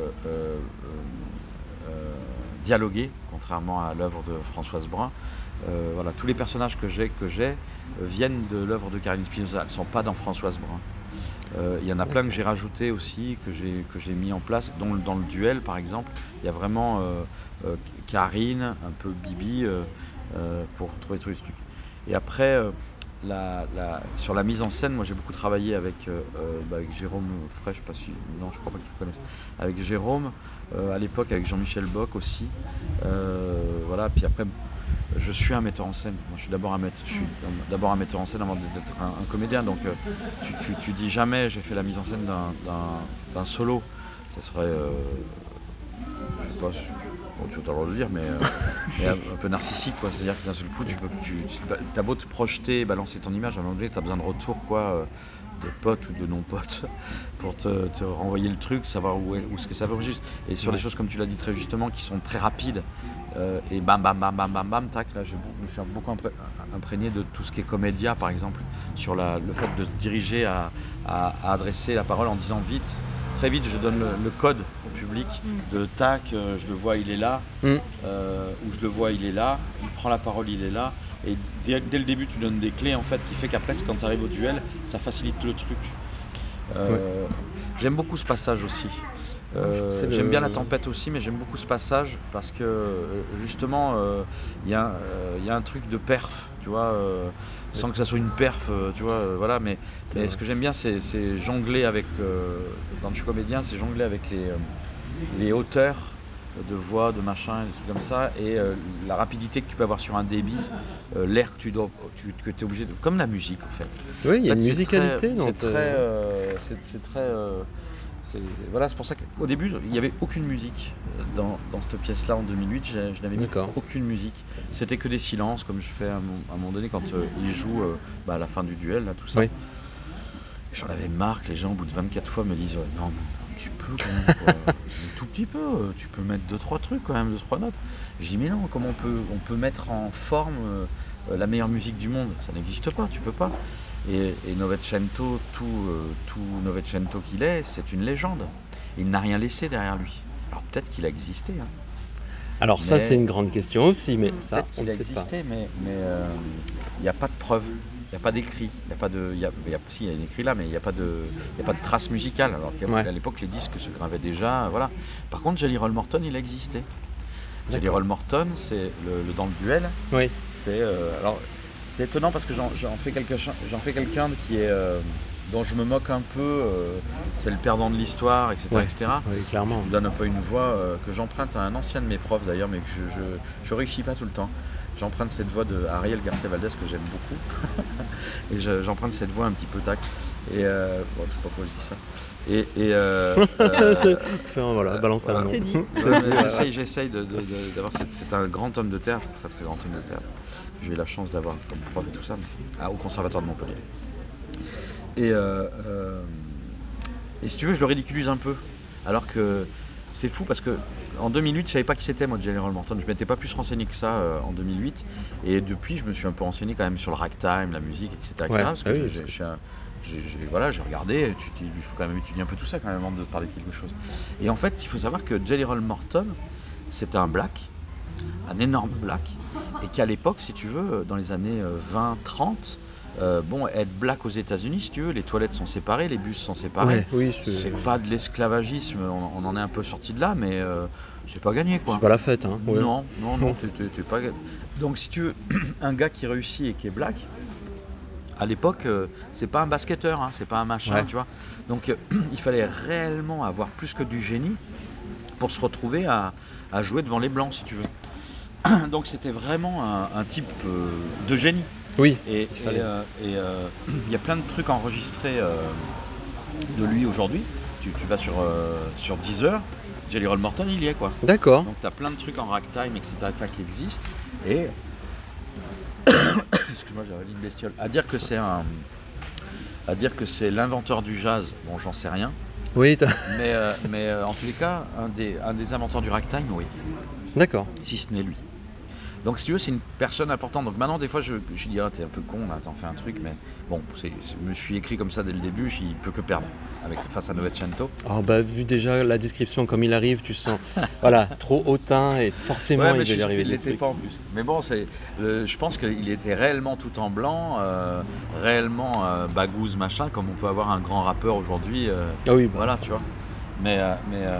dialogué, contrairement à l'œuvre de Françoise Brun. Voilà, tous les personnages que j'ai viennent de l'œuvre de Karine Espinosa, elles ne sont pas dans Françoise Brun. Il y en a plein que j'ai rajouté aussi, que j'ai mis en place, dont dans le duel par exemple. Il y a vraiment Karine, un peu Bibi, pour trouver tous les trucs. Et après, sur la mise en scène, moi j'ai beaucoup travaillé avec Jérôme Frey, je crois pas que tu connaisses, avec Jérôme, à l'époque avec Jean-Michel Bock aussi. Voilà, puis après, je suis un metteur en scène. Moi, je suis d'abord un metteur en scène avant d'être un comédien. Donc tu dis jamais j'ai fait la mise en scène d'un solo. Ça serait, je sais pas, tu as le droit de le dire, mais un peu narcissique, quoi. C'est-à-dire que d'un seul coup, tu as beau te projeter et balancer ton image, à un moment donné, tu as besoin de retour, quoi, de potes ou de non-potes, pour te renvoyer le truc, savoir où ce que ça va juste. Et sur des choses, comme tu l'as dit très justement, qui sont très rapides, et bam, bam, bam, bam, bam, bam, tac, là, je me suis beaucoup imprégné de tout ce qui est comédia, par exemple, sur le fait de diriger à adresser la parole en disant vite. Très vite, je donne le code au public de tac, je le vois, il est là, ou je le vois, il est là, il prend la parole, il est là. Et dès le début, tu donnes des clés en fait, qui fait qu'après, quand tu arrives au duel, ça facilite le truc. J'aime beaucoup ce passage aussi. J'aime bien la tempête aussi, mais j'aime beaucoup ce passage parce que justement, il y a un truc de perf, tu vois. Sans que ça soit une perf, tu vois, voilà, mais ce que j'aime bien, c'est jongler avec, quand je suis comédien, c'est jongler avec les hauteurs de voix, de machin, des trucs comme ça, et la rapidité que tu peux avoir sur un débit, l'air que tu es obligé de... Comme la musique, en fait. Oui, il y a une musicalité. Voilà, c'est pour ça qu'au début, il n'y avait aucune musique dans cette pièce-là en 2008. Je n'avais mis aucune musique. C'était que des silences, comme je fais à un moment donné quand il joue à la fin du duel, là, tout ça. Oui. J'en avais marre que les gens, au bout de 24 fois, me disent non, un petit peu quand même, quoi. Un tout petit peu. Tu peux mettre 2-3 trucs quand même, 2-3 notes. Je dis mais non, comment on peut mettre en forme la meilleure musique du monde? Ça n'existe pas, tu peux pas. Et Novecento, tout Novecento qu'il est, c'est une légende. Il n'a rien laissé derrière lui. Alors peut-être qu'il a existé. Hein. Alors ça, c'est une grande question aussi, mais ça, on ne sait pas. Peut-être qu'il a existé, mais il n'y a pas de preuve, il n'y a pas d'écrit. Il y a un écrit là, mais il n'y a pas de trace musicale. Alors qu'à l'époque, les disques se gravaient déjà. Voilà. Par contre, Jelly Roll Morton, il a existé. Jelly Roll Morton, c'est dans le duel. Oui. C'est étonnant parce que j'en fais quelqu'un qui est dont je me moque un peu. C'est le perdant de l'histoire, etc. etc. Oui, clairement. Je donne un peu une voix que j'emprunte à un ancien de mes profs d'ailleurs, mais que je réussis pas tout le temps. J'emprunte cette voix de Ariel Garcia Valdez que j'aime beaucoup. Et j'emprunte cette voix un petit peu tac. Et bon, je sais pas pourquoi je dis ça. Voilà, balance à la voilà. nom. C'est dit. J'essaye d'avoir c'est un grand homme de théâtre, très très grand homme de théâtre. J'ai eu la chance d'avoir comme prof et tout ça, au Conservatoire de Montpellier. Et si tu veux, je le ridiculise un peu. Alors que c'est fou parce que en 2008, je savais pas qui c'était moi, Jelly Roll Morton. Je m'étais pas plus renseigné que ça en 2008. Et depuis, je me suis un peu renseigné quand même sur le ragtime, la musique, etc. Ouais, parce que oui, j'ai regardé, il faut quand même étudier un peu tout ça quand même avant de parler de quelque chose. Et en fait, il faut savoir que Jelly Roll Morton, c'était un black, un énorme black, et qu'à l'époque, si tu veux, dans les années 20-30, être black aux États-Unis, si tu veux, les toilettes sont séparées, les bus sont séparés. Ouais, oui, c'est pas de l'esclavagisme, on en est un peu sorti de là, mais c'est pas gagné quoi. C'est pas la fête, hein. Ouais. Non, t'es pas. Donc si tu veux, un gars qui réussit et qui est black, à l'époque, c'est pas un basketteur, hein, c'est pas un machin, Ouais. tu vois. Donc il fallait réellement avoir plus que du génie pour se retrouver à jouer devant les blancs, si tu veux. Donc c'était vraiment un type de génie. Oui. Et il y a plein de trucs enregistrés de lui aujourd'hui. Tu vas sur Deezer, Jelly Roll Morton, il y est quoi. D'accord. Donc tu as plein de trucs en ragtime, etc. qui existent. Et excuse-moi, j'avais une bestiole. À dire que c'est l'inventeur du jazz, bon, j'en sais rien. Oui, Mais en tous les cas, un des inventeurs du ragtime, oui, d'accord. si ce n'est lui. Donc si tu veux, c'est une personne importante. Donc maintenant, des fois, je dis, t'es un peu con, là, t'en fais un truc, mais bon, je me suis écrit comme ça dès le début, il peut que perdre face à Novecento. Oh, vu déjà la description comme il arrive, tu sens, voilà, trop hautain et forcément il va lui arriver il des l'était trucs. pas en plus. Mais bon, je pense qu'il était réellement tout en blanc, réellement bagouze machin, comme on peut avoir un grand rappeur aujourd'hui. Ah oui, Voilà, tu vois. Mais voilà.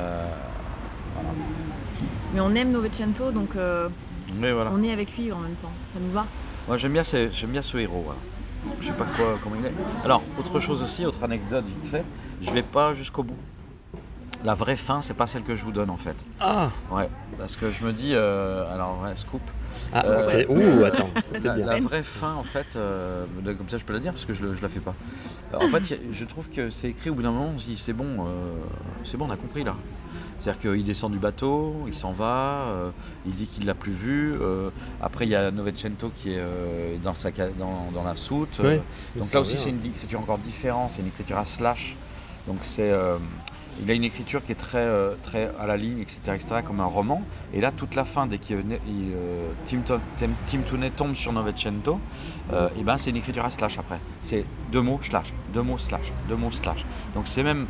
Mais on aime Novecento, donc Mais voilà. on est avec lui en même temps. Ça nous va. Moi j'aime bien ce héros. Voilà. Je sais pas comment il est. Alors, autre chose aussi, autre anecdote vite fait, je vais pas jusqu'au bout. La vraie fin, c'est pas celle que je vous donne en fait. Ah, Ouais, parce que je me dis, scoop. ok. Ouh, attends, ça, c'est bien. La vraie fin, en fait, comme ça je peux la dire parce que je la fais pas. En fait, je trouve que c'est écrit au bout d'un moment, on se dit c'est bon, on a compris là. C'est-à-dire qu'il descend du bateau, il s'en va, il dit qu'il l'a plus vu. Après, il y a Novecento qui est dans la soute. Oui, donc ça là aussi, va. c'est une écriture encore différente, c'est une écriture à slash. Donc il a une écriture qui est très à la ligne, etc., comme un roman. Et là, toute la fin, dès que Tim Tooney tombe sur Novecento, c'est une écriture à slash après. C'est 2 mots, slash, 2 mots, slash, 2 mots, slash. Donc c'est même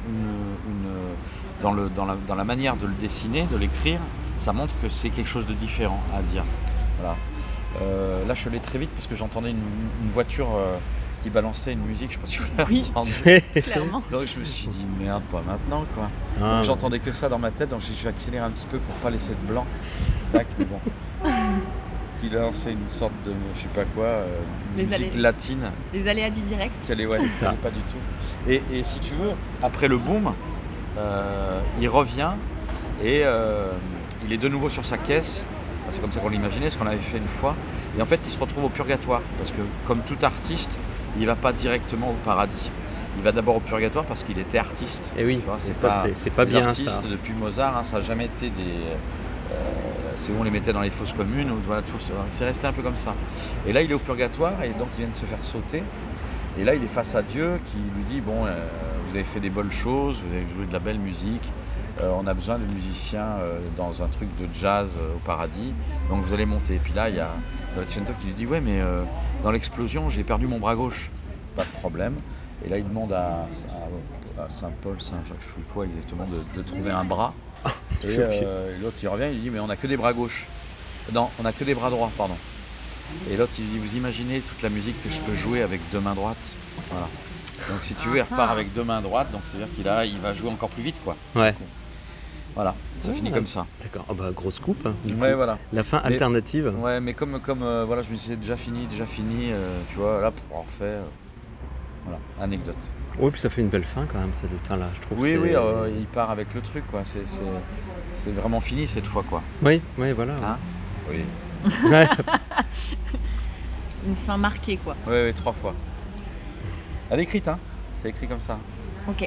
dans la manière de le dessiner, de l'écrire, ça montre que c'est quelque chose de différent à dire. Voilà. Là, je l'ai très vite parce que j'entendais une voiture qui balançait une musique, je sais pas si vous l'avez entendu. Clairement. Donc je me suis dit merde, pas maintenant quoi. Ah, Donc, j'entendais que ça dans ma tête, donc je vais accélérer un petit peu pour pas laisser de blanc. Tac, mais bon. Qui lançait une sorte de je sais pas quoi, Les musique allées. latine. Les aléas du direct. Qui allait, ouais, C'est ça. allait pas du tout. Et si tu veux, après le boom, il revient et il est de nouveau sur sa caisse. Enfin, c'est comme ça qu'on l'imaginait, ce qu'on avait fait une fois. Et en fait, il se retrouve au purgatoire parce que, comme tout artiste, il va pas directement au paradis. Il va d'abord au purgatoire parce qu'il était artiste. Et oui, Tu vois, et ça, c'est pas les bien artistes, ça. depuis Mozart, hein, ça n'a jamais été c'est où on les mettait dans les fosses communes, ou, voilà, tout. C'est resté un peu comme ça. Et là, il est au purgatoire et donc il vient de se faire sauter. Et là, il est face à Dieu qui lui dit bon, vous avez fait des bonnes choses, vous avez joué de la belle musique. On a besoin de musiciens dans un truc de jazz au paradis, donc vous allez monter. Et puis là, il y a Novecento qui lui dit ouais, mais dans l'explosion, j'ai perdu mon bras gauche. Pas de problème. Et là, il demande à Saint-Paul, Saint-Jacques, je sais quoi exactement, de trouver un bras. Et l'autre, il revient, il dit mais on n'a que des bras gauches. Non, on n'a que des bras droits, pardon. Et l'autre, il dit vous imaginez toute la musique que je peux jouer avec 2 mains droites. Voilà. Donc si tu veux, il repart avec 2 mains droites, donc c'est-à-dire qu'il va jouer encore plus vite, quoi. Ouais. Voilà, ça finit comme ça. D'accord. Oh, grosse coupe. Du coup. Ouais, voilà. La fin alternative. Ouais, mais comme voilà, je me disais déjà fini, tu vois, là, pour en refaire. Voilà, anecdote. Oui, puis ça fait une belle fin quand même, cette fin-là, je trouve. Oui, il part avec le truc, quoi. C'est vraiment fini cette fois, quoi. Oui, voilà. Hein oui. Ouais. Une fin marquée, quoi. Oui, 3 fois. Elle est écrite, hein. C'est écrit comme ça. Ok.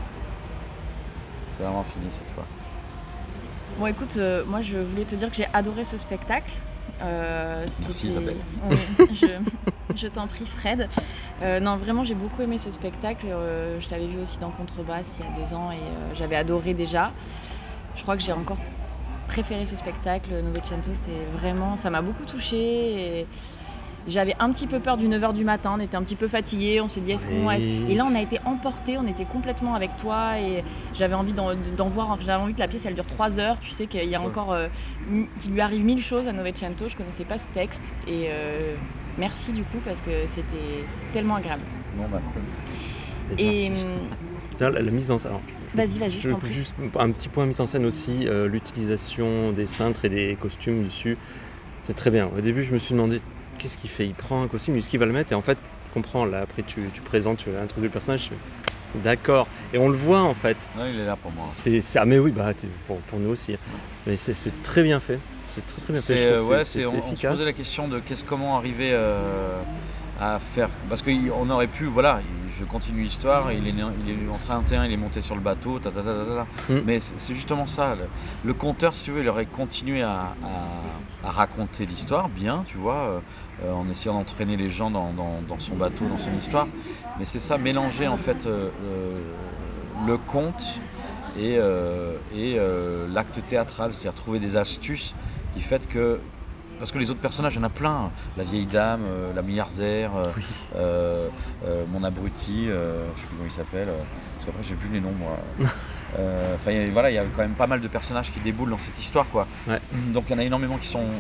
C'est vraiment fini cette fois. Bon, écoute, moi je voulais te dire que j'ai adoré ce spectacle. Merci Isabelle. Oui, je t'en prie Fred. Non, vraiment j'ai beaucoup aimé ce spectacle. Je t'avais vu aussi dans Contrebasse il y a 2 ans et j'avais adoré déjà. Je crois que j'ai encore préféré ce spectacle. Novecento, c'était vraiment, ça m'a beaucoup touchée. Et j'avais un petit peu peur du 9h du matin, on était un petit peu fatigués, on s'est dit Et là on a été emportés, on était complètement avec toi et j'avais envie d'en voir, j'avais envie que la pièce elle dure 3 heures, tu sais qu'il y a encore, qu'il lui arrive 1000 choses à Novecento, je connaissais pas ce texte et merci du coup parce que c'était tellement agréable. Bon bah cool. Et La mise en scène. Vas-y, je t'en prie. Juste un petit point mise en scène aussi, l'utilisation des cintres et des costumes dessus, c'est très bien. Au début je me suis demandé qu'est-ce qu'il fait, il prend un costume, est-ce qu'il va le mettre et en fait tu comprends, là après tu présentes, tu introduis le personnage, je fais, d'accord, et on le voit en fait. Ouais, il est là pour moi. Mais oui, pour nous aussi, mais c'est très bien fait, c'est très bien fait, je trouve, c'est on efficace. se posait la question de comment arriver à faire, parce qu'on aurait pu, voilà, je continue l'histoire, il est en 31, il est monté sur le bateau, mais c'est justement ça, le conteur, si tu veux, il aurait continué à raconter l'histoire bien, tu vois, en essayant d'entraîner les gens dans son bateau, dans son histoire, mais c'est ça, mélanger en fait le conte et l'acte théâtral, c'est-à-dire trouver des astuces qui fait que, parce que les autres personnages, il y en a plein, la vieille dame, la milliardaire, mon abruti, je sais plus comment il s'appelle, parce qu'après j'ai plus les noms moi. Enfin voilà, il y a quand même pas mal de personnages qui déboulent dans cette histoire quoi. Ouais. Donc il y en a énormément qui sont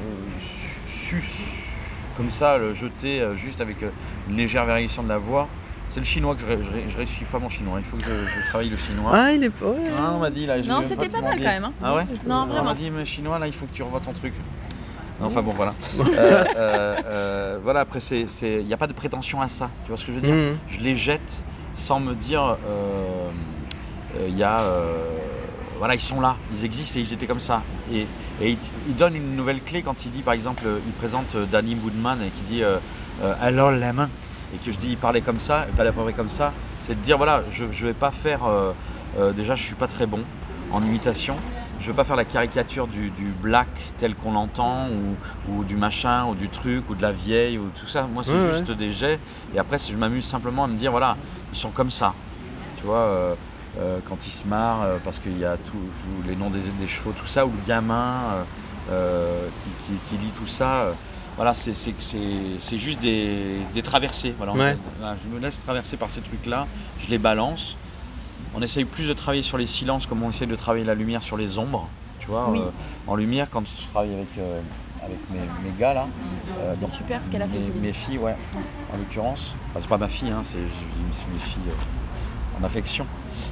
comme ça, jetés juste avec une légère variation de la voix. C'est le chinois que je réussis pas mon chinois, il faut que je travaille le chinois. Ah il est pas... Ouais. Ah, on m'a dit là, non, c'était pas mal quand même. Hein. Ah ouais. Non, vraiment. On m'a dit mais chinois là, il faut que tu revoies ton truc. Enfin bon voilà. Voilà, après il n'y a pas de prétention à ça, tu vois ce que je veux dire. Je les jette sans me dire voilà, ils sont là, ils existent et ils étaient comme ça. Et il donne une nouvelle clé quand il dit par exemple, il présente Danny Woodman et qui dit alors la main, et que je dis il parlait comme ça et pas à peu près comme ça, c'est de dire voilà, je vais pas faire déjà je suis pas très bon en imitation. Je veux pas faire la caricature du black tel qu'on l'entend ou du machin ou du truc ou de la vieille ou tout ça. Moi c'est juste des jets et après je m'amuse simplement à me dire voilà, ils sont comme ça. Tu vois, quand ils se marrent parce qu'il y a tous les noms des chevaux, tout ça, ou le gamin qui lit tout ça. Voilà, c'est juste des traversées. Voilà, je me laisse traverser par ces trucs-là, je les balance. On essaye plus de travailler sur les silences comme on essaye de travailler la lumière sur les ombres. Tu vois, oui. En lumière, quand je travaille avec mes gars là. C'est super ce qu'elle a fait. Mes filles, ouais, en l'occurrence. Enfin, c'est pas ma fille, hein, c'est mes filles en affection.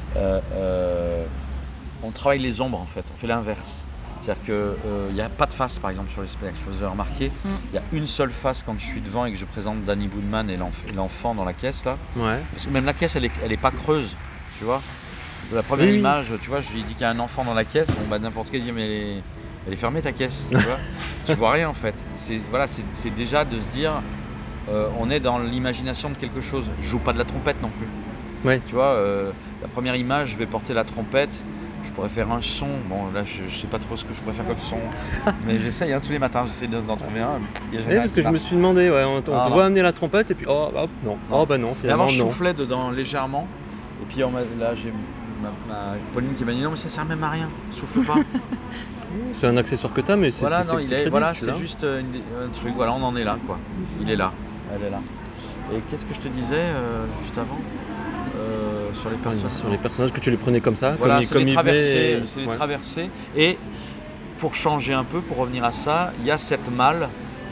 On travaille les ombres en fait, on fait l'inverse. C'est-à-dire qu'il n'y a pas de face par exemple sur les spectacles, je vous ai remarqué. Il y a une seule face quand je suis devant et que je présente Danny Woodman et l'enfant dans la caisse là. Ouais. Parce que même la caisse elle est pas creuse. Tu vois, la première image, tu vois, je lui ai dit qu'il y a un enfant dans la caisse, bon bah n'importe qui dit mais elle est fermée ta caisse, tu vois, tu vois rien en fait. C'est déjà de se dire, on est dans l'imagination de quelque chose. Je joue pas de la trompette non plus. Ouais. Tu vois, la première image, je vais porter la trompette, je pourrais faire un son. Bon là, je sais pas trop ce que je pourrais faire comme son, mais j'essaye tous les matins, j'essaie d'en trouver un. Parce que je me suis demandé, on te voit amener la trompette et puis oh non. Oh bah non, finalement non. Je soufflais dedans légèrement. Et puis là j'ai ma Pauline qui m'a dit non mais ça sert même à rien, souffle pas. C'est un accessoire que t'as mais c'est voilà, crédible, voilà, c'est juste un truc, voilà on en est là quoi. Il est là, elle est là. Et qu'est-ce que je te disais juste avant sur les personnages. Sur les personnages que tu les prenais comme ça, voilà, comme ils venaient. C'est les traversées. Et pour changer un peu, pour revenir à ça, il y a cette malle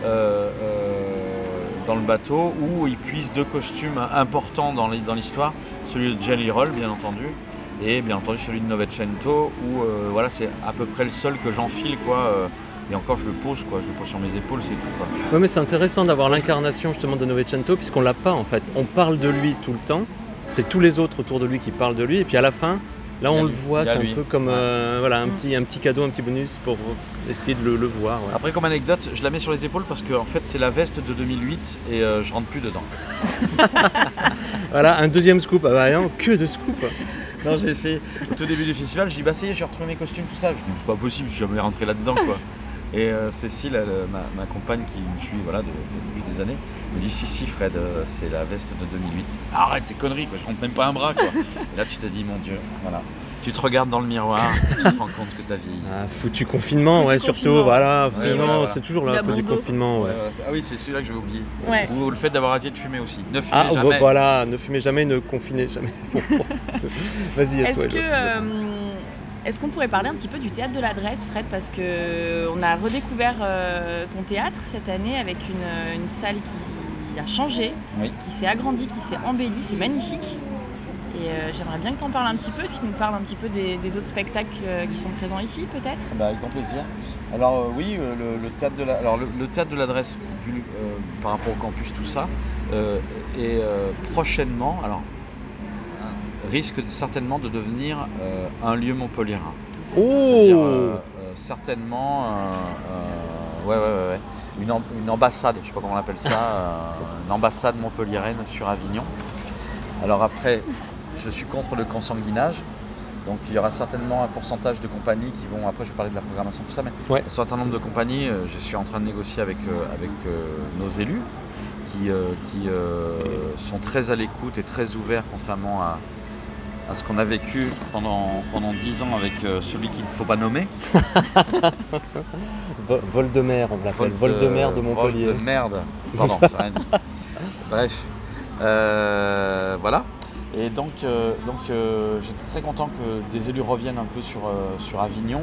dans le bateau où il puise 2 costumes importants dans l'histoire, celui de Jelly Roll bien entendu et bien entendu celui de Novecento où voilà, c'est à peu près le seul que j'enfile quoi, et encore je le pose sur mes épaules, c'est tout quoi. Ouais, mais c'est intéressant d'avoir l'incarnation justement de Novecento puisqu'on l'a pas en fait, on parle de lui tout le temps, c'est tous les autres autour de lui qui parlent de lui et puis à la fin Là, on le lui. voit, Il y a c'est un lui. peu comme Ouais. voilà, un petit cadeau, un petit bonus pour essayer de le voir. Ouais. Après, comme anecdote, je la mets sur les épaules parce que en fait, c'est la veste de 2008 et je rentre plus dedans. Voilà, un deuxième scoop. Ah bah non, que de scoop. Non, j'ai essayé au tout début du festival, je dis bah ça y est, j'ai retrouvé mes costumes, tout ça. Je dis c'est pas possible, je suis jamais rentré là-dedans quoi. Et Cécile, ma compagne qui me suit voilà, depuis des années, me dit si Fred, c'est la veste de 2008. Arrête tes conneries quoi, je rentre même pas un bras quoi. Et là tu te dis mon Dieu, voilà. Tu te regardes dans le miroir, tu te rends compte que t'as vieilli. Ah, foutu confinement, ouais, Confinement. surtout, voilà. Ouais, Non, voilà. c'est toujours Il là, a faut du bon dos. confinement, ouais. Ah oui, c'est celui-là que j'avais oublié. Ouais. Ou le fait d'avoir arrêté de fumer aussi. Ne fumez Ah, jamais. bah, voilà, ne fumez jamais, ne confinez jamais. Bon, vas-y, à Est-ce toi. que est-ce qu'on pourrait parler un petit peu du théâtre de l'Adresse, Fred, parce que on a redécouvert ton théâtre cette année avec une salle qui a changé, Oui. qui s'est agrandie, qui s'est embellie, c'est magnifique. Et j'aimerais bien que tu en parles un petit peu, que tu nous parles un petit peu des autres spectacles qui sont présents ici, peut-être. Bah, avec grand plaisir. Alors oui, le théâtre de le théâtre de l'Adresse, vu par rapport au campus, tout ça, est prochainement, risque certainement de devenir un lieu montpelliérain. C'est-à-dire, Oh certainement une ambassade, je sais pas comment on appelle ça, une ambassade montpelliéraine sur Avignon. Alors après, je suis contre le consanguinage, donc il y aura certainement un pourcentage de compagnies qui vont, après je vais parler de la programmation, tout ça, mais Ouais. un certain nombre de compagnies, je suis en train de négocier avec nos élus qui sont très à l'écoute et très ouverts, contrairement à ce qu'on a vécu pendant 10 ans avec celui qu'il ne faut pas nommer. Vol de mer, on l'appelle. Vol de mer de Montpellier. Vol de merde. Pardon, j'ai rien dit. Bref. Voilà. Et donc j'étais très content que des élus reviennent un peu sur Avignon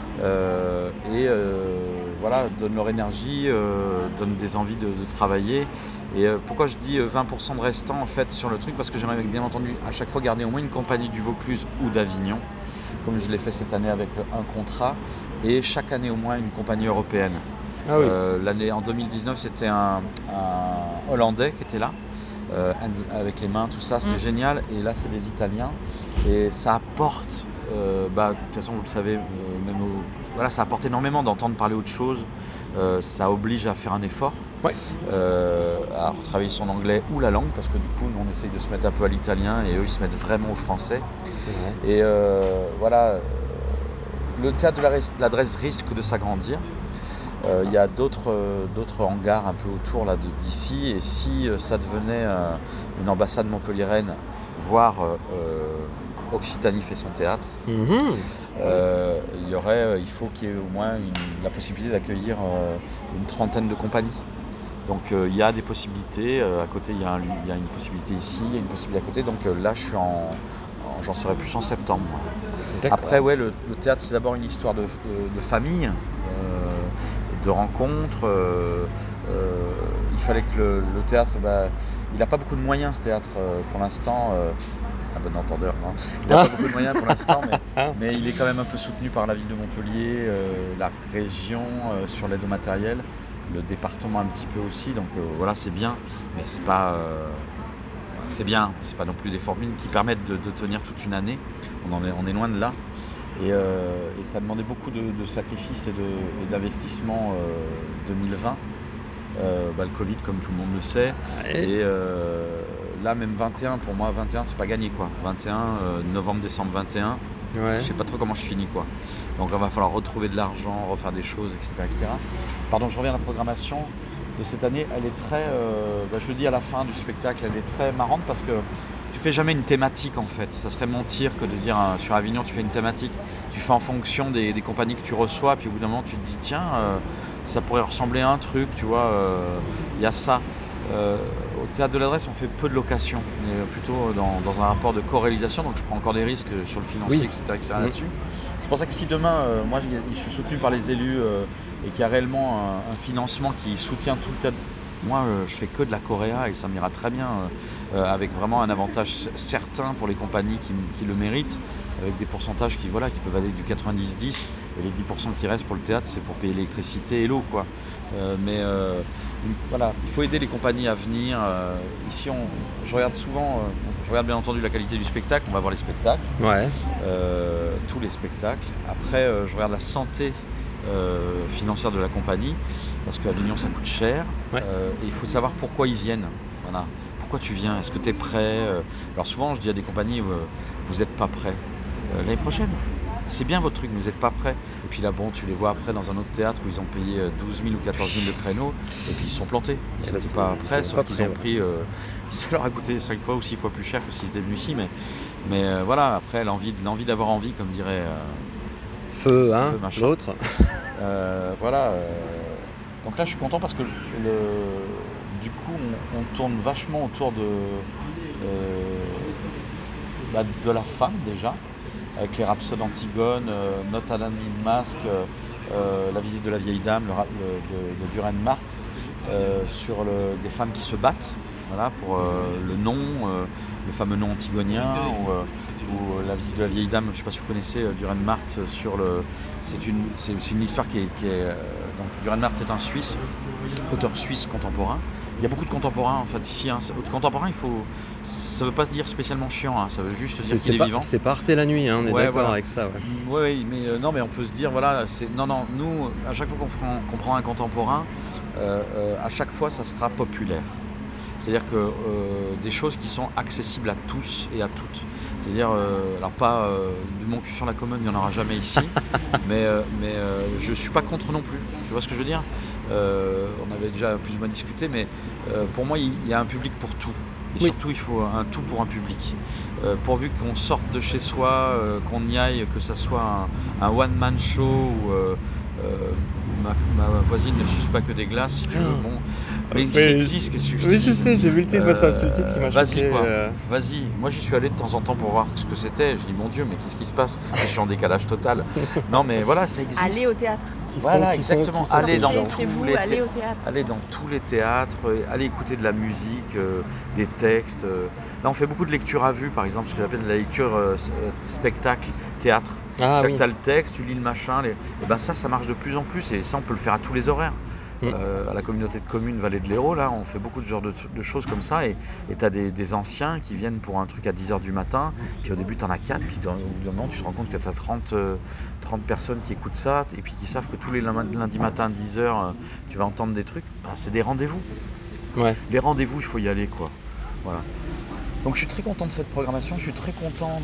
et voilà, donnent leur énergie, donnent des envies de travailler. Et pourquoi je dis 20% de restants en fait sur le truc, parce que j'aimerais bien entendu à chaque fois garder au moins une compagnie du Vaucluse ou d'Avignon, comme je l'ai fait cette année avec un contrat, et chaque année au moins une compagnie européenne. Ah oui. L'année en 2019 c'était un Hollandais qui était là. Avec les mains, tout ça, c'était génial. Et là, c'est des Italiens. Et ça apporte, de toute façon, vous le savez, voilà, ça apporte énormément d'entendre parler autre chose. Ça oblige à faire un effort, Ouais. à retravailler son anglais ou la langue, parce que du coup, nous, on essaye de se mettre un peu à l'italien et eux, ils se mettent vraiment au français. Ouais. Et voilà, le théâtre de l'Adresse risque de s'agrandir. Il y a d'autres hangars un peu autour là, d'ici, et si ça devenait une ambassade montpelliéraine, voire Occitanie fait son théâtre, Mhm. il faut qu'il y ait au moins la possibilité d'accueillir une trentaine de compagnies. Donc il y a des possibilités, à côté il y a une possibilité ici, il y a une possibilité à côté, donc là j'en saurai plus en septembre. Moi. D'accord. Après ouais, le théâtre c'est d'abord une histoire de famille, de rencontres. Il fallait que le théâtre, il n'a pas beaucoup de moyens ce théâtre pour l'instant. À bon entendeur, non. Il n'a pas beaucoup de moyens pour l'instant, mais il est quand même un peu soutenu par la ville de Montpellier, la région sur l'aide au matériel, le département un petit peu aussi. Donc voilà, c'est bien, mais c'est pas, c'est bien. C'est pas non plus des formules qui permettent de tenir toute une année. On est loin de là. Et ça demandait beaucoup de sacrifices et d'investissements 2020. Le Covid, comme tout le monde le sait. Ouais. Et là, même 21, pour moi, 21, c'est pas gagné, quoi. 21, novembre, décembre 21, Ouais. je sais pas trop comment je finis, quoi. Donc, il va falloir retrouver de l'argent, refaire des choses, etc., etc. Pardon, je reviens à la programmation de cette année. Elle est très, je le dis à la fin du spectacle, elle est très marrante parce que tu fais jamais une thématique, en fait. Ça serait mentir que de dire sur Avignon, tu fais une thématique. Tu fais en fonction des compagnies que tu reçois, puis au bout d'un moment, tu te dis, tiens, ça pourrait ressembler à un truc, tu vois, il y a ça. Au théâtre de l'Adresse, on fait peu de locations, on est plutôt dans un rapport de co-réalisation, donc je prends encore des risques sur le financier, Oui. etc. là-dessus. C'est pour ça que si demain, moi je suis soutenu par les élus et qu'il y a réellement un financement qui soutient tout le théâtre, moi je fais que de la coréa et ça m'ira très bien, avec vraiment un avantage certain pour les compagnies qui le méritent, avec des pourcentages qui peuvent aller du 90-10, et les 10% qui restent pour le théâtre, c'est pour payer l'électricité et l'eau, quoi. Voilà, il faut aider les compagnies à venir. Ici, je regarde souvent, je regarde bien entendu la qualité du spectacle, on va voir les spectacles, tous les spectacles. Après, je regarde la santé financière de la compagnie, parce qu'à Avignon ça coûte cher, et il faut savoir pourquoi ils viennent. Voilà. Pourquoi tu viens? Est-ce que tu es prêt? Alors souvent je dis à des compagnies, vous n'êtes pas prêts. L'année prochaine, c'est bien votre truc, mais vous n'êtes pas prêts. Et puis là, bon, tu les vois après dans un autre théâtre où ils ont payé 12 000 ou 14 000 le créneau, et puis ils se sont plantés. Ils n'étaient pas prêts, sauf qu'ils ont pris... ça leur a coûté 5 fois ou 6 fois plus cher que s'ils étaient venus ici, mais voilà, après l'envie d'avoir envie, comme dirait... Feu, l'autre. Voilà. Donc là, je suis content parce que du coup, on tourne vachement autour de la femme déjà, avec les Rhapsodes Antigone, Not Alan in Mask, la visite de la vieille dame de Duran Marthe, sur des femmes qui se battent, voilà, pour le nom, le fameux nom antigonien, ou la visite de la vieille dame. Je ne sais pas si vous connaissez Duran Marthe c'est une histoire qui est donc Duran Marthe est un Suisse, auteur suisse contemporain. Il y a beaucoup de contemporains en fait ici. Contemporain, ça ne veut pas se dire spécialement chiant, ça veut juste dire qu'il est vivant. C'est pas Arte la nuit, on est d'accord avec ça. Oui, mais non, mais on peut se dire voilà, nous à chaque fois qu'on prend un contemporain, à chaque fois ça sera populaire. C'est-à-dire que des choses qui sont accessibles à tous et à toutes. C'est-à-dire, alors pas de mon cul sur la commode, il n'y en aura jamais ici, mais je ne suis pas contre non plus. Tu vois ce que je veux dire? On avait déjà plus ou moins discuté, mais pour moi, il y a un public pour tout. Et surtout, il faut un tout pour un public. Pourvu qu'on sorte de chez soi, qu'on y aille, que ça soit un one-man show ou... ma voisine ne suce pas que des glaces, si tu veux. Bon. Mais ça existe, qu'est-ce que je Oui, je sais, j'ai vu le titre, c'est le titre qui m'a choqué. Vas-y, quoi. Vas-y. Moi, j'y suis allé de temps en temps pour voir ce que c'était. Je dis, mon Dieu, mais qu'est-ce qui se passe? Je suis en décalage total. Non, mais voilà, ça existe. Aller au théâtre. Exactement. Allez dans tous les théâtres, allez écouter de la musique, des textes. Là, on fait beaucoup de lecture à vue, par exemple, ce que j'appelle de la lecture spectacle, théâtre. Tu as le texte, tu lis le machin, et ben ça marche de plus en plus, et ça on peut le faire à tous les horaires. À la communauté de communes Vallée de l'Hérault, là on fait beaucoup de de choses comme ça, et tu as des anciens qui viennent pour un truc à 10h du matin, puis au début tu en as 4, puis au bout d'un moment tu te rends compte que tu as 30 personnes qui écoutent ça, et puis qui savent que tous les lundis matin à 10h tu vas entendre des trucs. C'est des rendez-vous. Les rendez-vous, il faut y aller, quoi. Voilà. Donc je suis très content de cette programmation, je suis très content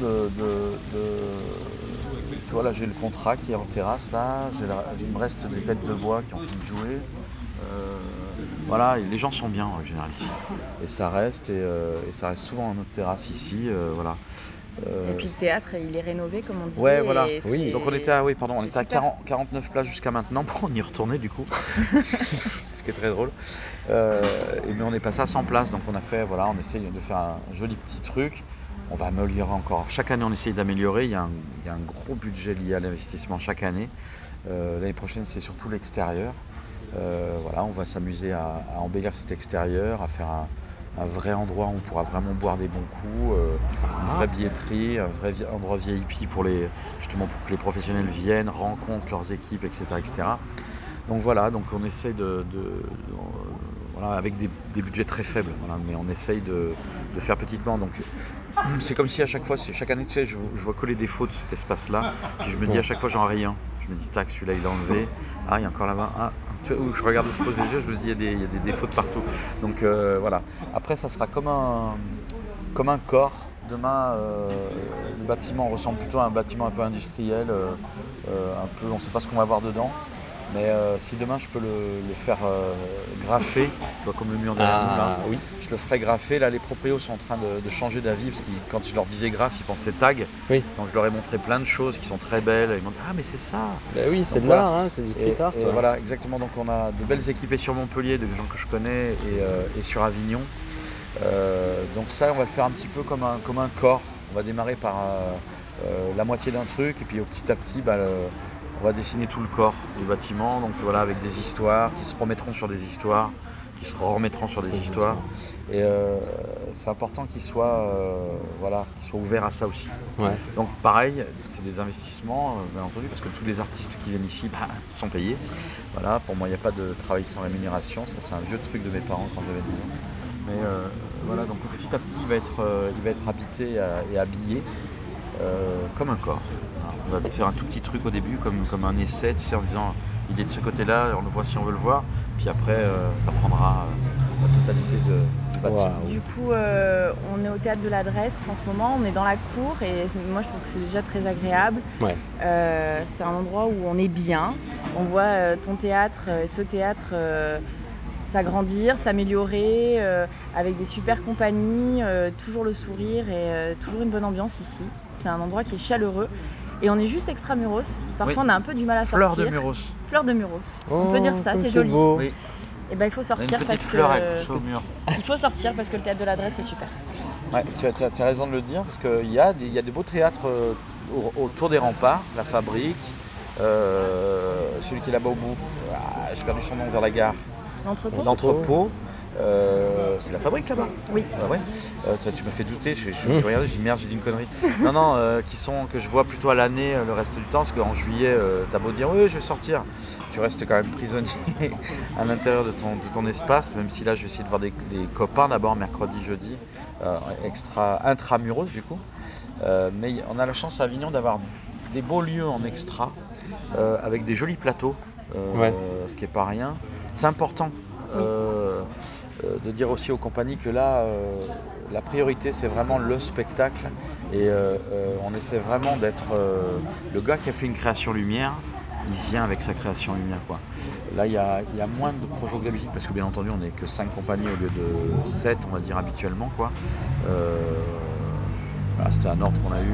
tu vois, là j'ai le contrat qui est en terrasse, là, il me reste des bêtes de bois qui ont fini de jouer. Voilà, et les gens sont bien en général ici. Et ça reste souvent en notre terrasse ici, voilà. Et puis le théâtre, il est rénové, comme on disait. Ouais, voilà. Donc on était à 49 places jusqu'à maintenant. Bon, on y retournait du coup, ce qui est très drôle. Mais on est passé à 100 places, donc on essaye de faire un joli petit truc. On va améliorer encore. Chaque année, on essaye d'améliorer. Il y a un gros budget lié à l'investissement chaque année. L'année prochaine, c'est surtout l'extérieur. Voilà, on va s'amuser à embellir cet extérieur, à faire un vrai endroit où on pourra vraiment boire des bons coups, une vraie billetterie, un vrai endroit VIP pour que les professionnels viennent, rencontrent leurs équipes, etc. etc. Donc voilà, on essaye avec des budgets très faibles, mais on essaye de faire petitement. Donc c'est comme si à chaque année, tu sais, je vois que les défauts de cet espace-là, puis je me dis à chaque fois j'en rien. Je me dis tac, celui-là il est enlevé, il y a encore là-bas, je regarde où je pose les yeux, je me dis il y a des défauts de partout. Donc voilà. Après ça sera comme un corps. Demain, le bâtiment ressemble plutôt à un bâtiment un peu industriel, on ne sait pas ce qu'on va avoir dedans. Mais si demain je peux le faire graffer, comme le mur derrière nous là, je le ferai graffer. Là, les proprios sont en train de changer d'avis, parce que quand je leur disais graphe, ils pensaient tag. Donc je leur ai montré plein de choses qui sont très belles. Ils m'ont dit mais c'est ça. Oui, c'est de l'art, c'est du street art. Voilà, exactement. Donc on a de belles équipées sur Montpellier, de gens que je connais, et sur Avignon. Donc ça, on va le faire un petit peu comme un corps. On va démarrer par la moitié d'un truc, et puis petit à petit, on va dessiner tout le corps du bâtiment, donc voilà, avec des histoires qui se remettront sur des histoires, qui se remettront sur des histoires. Et c'est important qu'ils soient ouverts à ça aussi. Ouais. Donc pareil, c'est des investissements, bien entendu, parce que tous les artistes qui viennent ici sont payés. Voilà, pour moi, il n'y a pas de travail sans rémunération. Ça, c'est un vieux truc de mes parents quand j'avais 10 ans. Mais voilà, donc petit à petit, il va être habité et habillé comme un corps. On va faire un tout petit truc au début, comme un essai, tu sais, en disant il est de ce côté-là, on le voit si on veut le voir. Puis après, ça prendra la totalité du bâtiment. Wow. Du coup, on est au théâtre de l'Adresse en ce moment, on est dans la cour et moi je trouve que c'est déjà très agréable. Ouais. C'est un endroit où on est bien. On voit ton théâtre, ce théâtre s'agrandir, s'améliorer avec des super compagnies, toujours le sourire et toujours une bonne ambiance ici. C'est un endroit qui est chaleureux. Et on est juste extramuros. Parfois, Oui. on a un peu du mal à sortir. Fleur de Muros. Fleur de Muros. Oh, On peut dire ça, comme c'est joli. beau. Oui. Et ben il faut On a sortir une parce petite que fleur accrochée au mur. il faut sortir parce que le théâtre de l'Adresse est super. Ouais, tu as raison de le dire, parce qu'il y a des beaux théâtres autour des remparts, la Fabrique, celui qui est là-bas au bout, j'ai perdu son nom, vers la gare, L'entrepôt. c'est la Fabrique là-bas. Oui. Ah ouais. Tu m'as fait douter, je regardais, j'ai dit merde, j'ai dit une connerie. Non, que je vois plutôt à l'année le reste du temps, parce qu'en juillet, t'as beau dire oui, je vais sortir, tu restes quand même prisonnier à l'intérieur de ton espace, même si là je vais essayer de voir des copains d'abord mercredi, jeudi, intramuros du coup. Mais on a la chance à Avignon d'avoir des beaux lieux en extra, avec des jolis plateaux, ce qui n'est pas rien. C'est important. De dire aussi aux compagnies que là, la priorité c'est vraiment le spectacle et on essaie vraiment d'être le gars qui a fait une création lumière, il vient avec sa création lumière quoi. Là il y a moins de projets que d'habitude parce que bien entendu on n'est que 5 compagnies au lieu de 7 on va dire habituellement quoi. Voilà, c'était un ordre qu'on a eu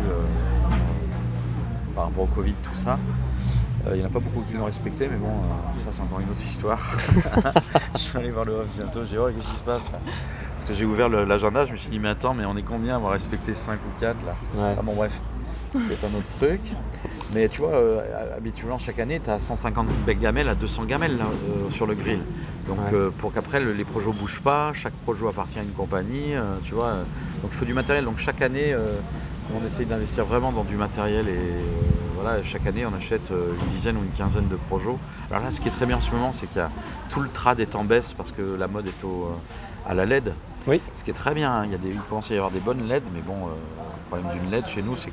par rapport au Covid tout ça. Il n'y en a pas beaucoup qui l'ont respecté, mais bon, ça c'est encore une autre histoire. Je vais aller voir le off bientôt, j'ai dit oh, qu'est-ce qui se passe là? Parce que j'ai ouvert l'agenda, je me suis dit mais attends, mais on est combien à avoir respecté 5 ou 4 là? Ouais. Ah bon bref, c'est un autre truc. Mais tu vois, habituellement chaque année, tu as 150 becs gamelles à 200 gamelles là, sur le grill. Donc pour qu'après les projets ne bougent pas, chaque projet appartient à une compagnie, tu vois. Donc il faut du matériel, donc chaque année on essaye d'investir vraiment dans du matériel et voilà, chaque année on achète une dizaine ou une quinzaine de projets. Alors là ce qui est très bien en ce moment c'est qu'il y a tout le trad est en baisse parce que la mode est à la LED. Oui. Ce qui est très bien, hein. Il commence à y avoir des bonnes LED mais bon le problème d'une LED chez nous c'est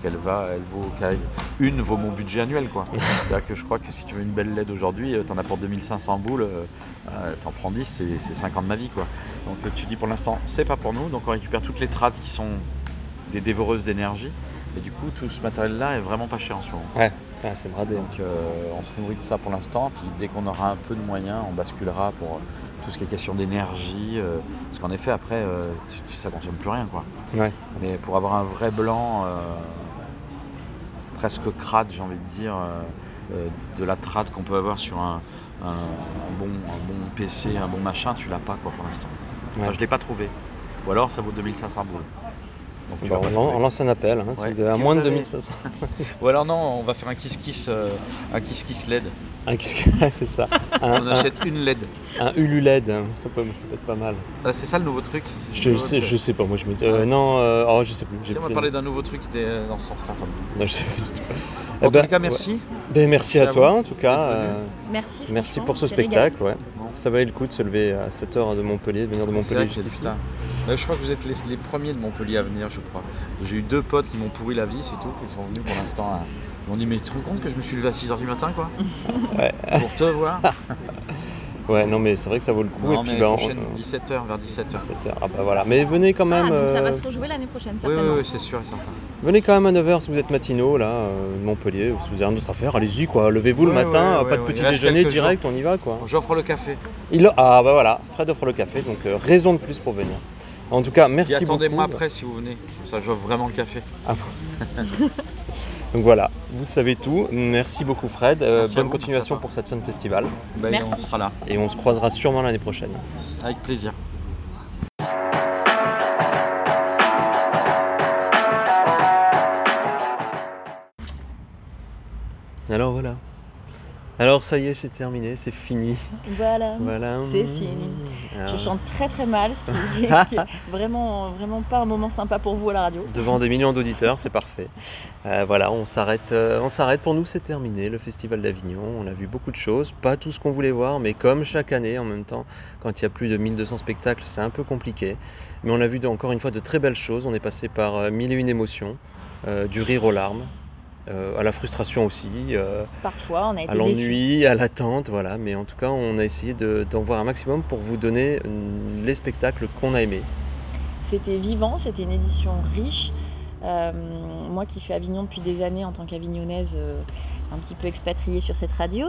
une vaut mon budget annuel quoi. C'est-à-dire que je crois que si tu veux une belle LED aujourd'hui, t'en as pour 2500 boules, t'en prends 10, c'est 5 ans de ma vie quoi. Donc tu dis pour l'instant c'est pas pour nous, donc on récupère toutes les trades qui sont des dévoreuses d'énergie et du coup tout ce matériel là est vraiment pas cher en ce moment. Ouais, c'est bradé. Donc on se nourrit de ça pour l'instant, puis dès qu'on aura un peu de moyens on basculera pour tout ce qui est question d'énergie, parce qu'en effet après ça consomme plus rien quoi. Ouais. Mais pour avoir un vrai blanc presque crade j'ai envie de dire, de la trad qu'on peut avoir sur un bon PC, un bon machin, tu l'as pas quoi pour l'instant. Enfin, je l'ai pas trouvé. Ou alors ça vaut 2500 boules. Donc, tu vas pas trouver. On lance un appel, hein, si vous avez à moins de 2500. Ou alors non, on va faire un kiss LED. Un c'est ça. On achète une LED. Un Ulu LED, hein, ça peut être pas mal. Ah, c'est ça le nouveau truc? Je sais pas, moi je me non, je sais plus. On m'a parlé d'un nouveau truc qui était dans ce sens-là. Non, je sais pas du tout. En tout cas, merci. Ouais. Ben, merci à toi en tout cas. Merci pour ce spectacle. Ouais. Ça valait le coup de se lever à 7h de Montpellier, de venir de Montpellier jusqu'ici. Je crois que vous êtes les premiers de Montpellier à venir, je crois. J'ai eu 2 potes qui m'ont pourri la vie, c'est tout, qui sont venus pour l'instant. Ils m'ont dit mais tu te rends compte que je me suis levé à 6h du matin quoi? Ouais. Pour te voir. Ouais, non mais c'est vrai que ça vaut le coup. Non, et puis mais vers 17h, vers 17h. 17h. Ah bah voilà, mais venez quand même. Donc ça va se rejouer l'année prochaine certainement. Oui, c'est sûr et certain. Venez quand même à 9h si vous êtes matinaux là, de Montpellier, ou si vous avez rien d'autre à faire, allez-y quoi, levez-vous le matin, pas de petit déjeuner direct, on y va quoi. J'offre le café. Ah bah voilà, Fred offre le café, donc raison de plus pour venir. En tout cas, merci beaucoup. Attendez-moi après si vous venez, comme ça j'offre vraiment le café. Ah bon. Donc voilà, vous savez tout. Merci beaucoup Fred. Bonne continuation pour cette fin de festival. Merci. On sera là. Et on se croisera sûrement l'année prochaine. Avec plaisir. Alors voilà, Alors ça y est, c'est terminé, c'est fini. Voilà, Voilà. c'est fini. Je chante très très mal, ce qui est vraiment, vraiment pas un moment sympa pour vous à la radio. Devant des millions d'auditeurs, c'est parfait. Voilà, on s'arrête. Pour nous, c'est terminé, le Festival d'Avignon. On a vu beaucoup de choses, pas tout ce qu'on voulait voir, mais comme chaque année, en même temps, quand il y a plus de 1200 spectacles, c'est un peu compliqué. Mais on a vu encore une fois de très belles choses. On est passé par mille et une émotions, du rire aux larmes, à la frustration aussi, Parfois, on a été à l'ennui, à l'attente, voilà. Mais en tout cas, on a essayé d'en voir un maximum pour vous donner les spectacles qu'on a aimés. C'était vivant, c'était une édition riche. Moi qui fais Avignon depuis des années en tant qu'avignonnaise, un petit peu expatriée sur cette radio,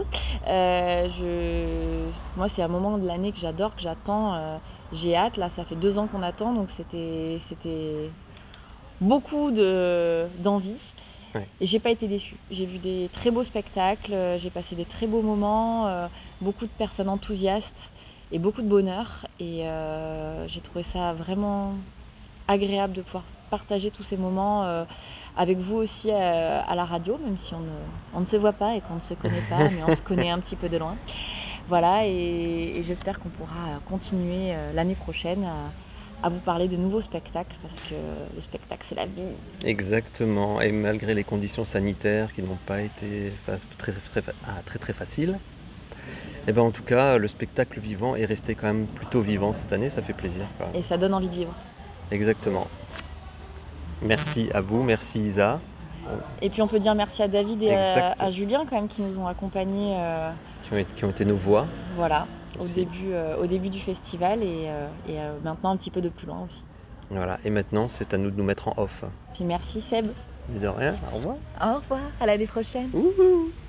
moi c'est un moment de l'année que j'adore, que j'attends, j'ai hâte. Là ça fait 2 ans qu'on attend, donc c'était beaucoup d'envie. Ouais. Et j'ai pas été déçue. J'ai vu des très beaux spectacles, j'ai passé des très beaux moments, beaucoup de personnes enthousiastes et beaucoup de bonheur. Et j'ai trouvé ça vraiment agréable de pouvoir partager tous ces moments avec vous aussi à la radio, même si on ne se voit pas et qu'on ne se connaît pas, mais on se connaît un petit peu de loin. Voilà, et j'espère qu'on pourra continuer l'année prochaine à vous parler de nouveaux spectacles, parce que le spectacle, c'est la vie. Exactement, et malgré les conditions sanitaires qui n'ont pas été très faciles, et ben en tout cas, le spectacle vivant est resté quand même plutôt vivant cette année, ça fait plaisir, quoi. Et ça donne envie de vivre. Exactement. Merci à vous, merci Isa. Et puis on peut dire merci à David et Exact. à Julien quand même, qui nous ont accompagnés Qui ont été nos voix. voilà, au Aussi. début du festival et maintenant un petit peu de plus loin aussi. Voilà, et maintenant c'est à nous de nous mettre en off. Puis merci Seb. Mais de rien, au revoir. Au revoir, à l'année prochaine. Ouhou.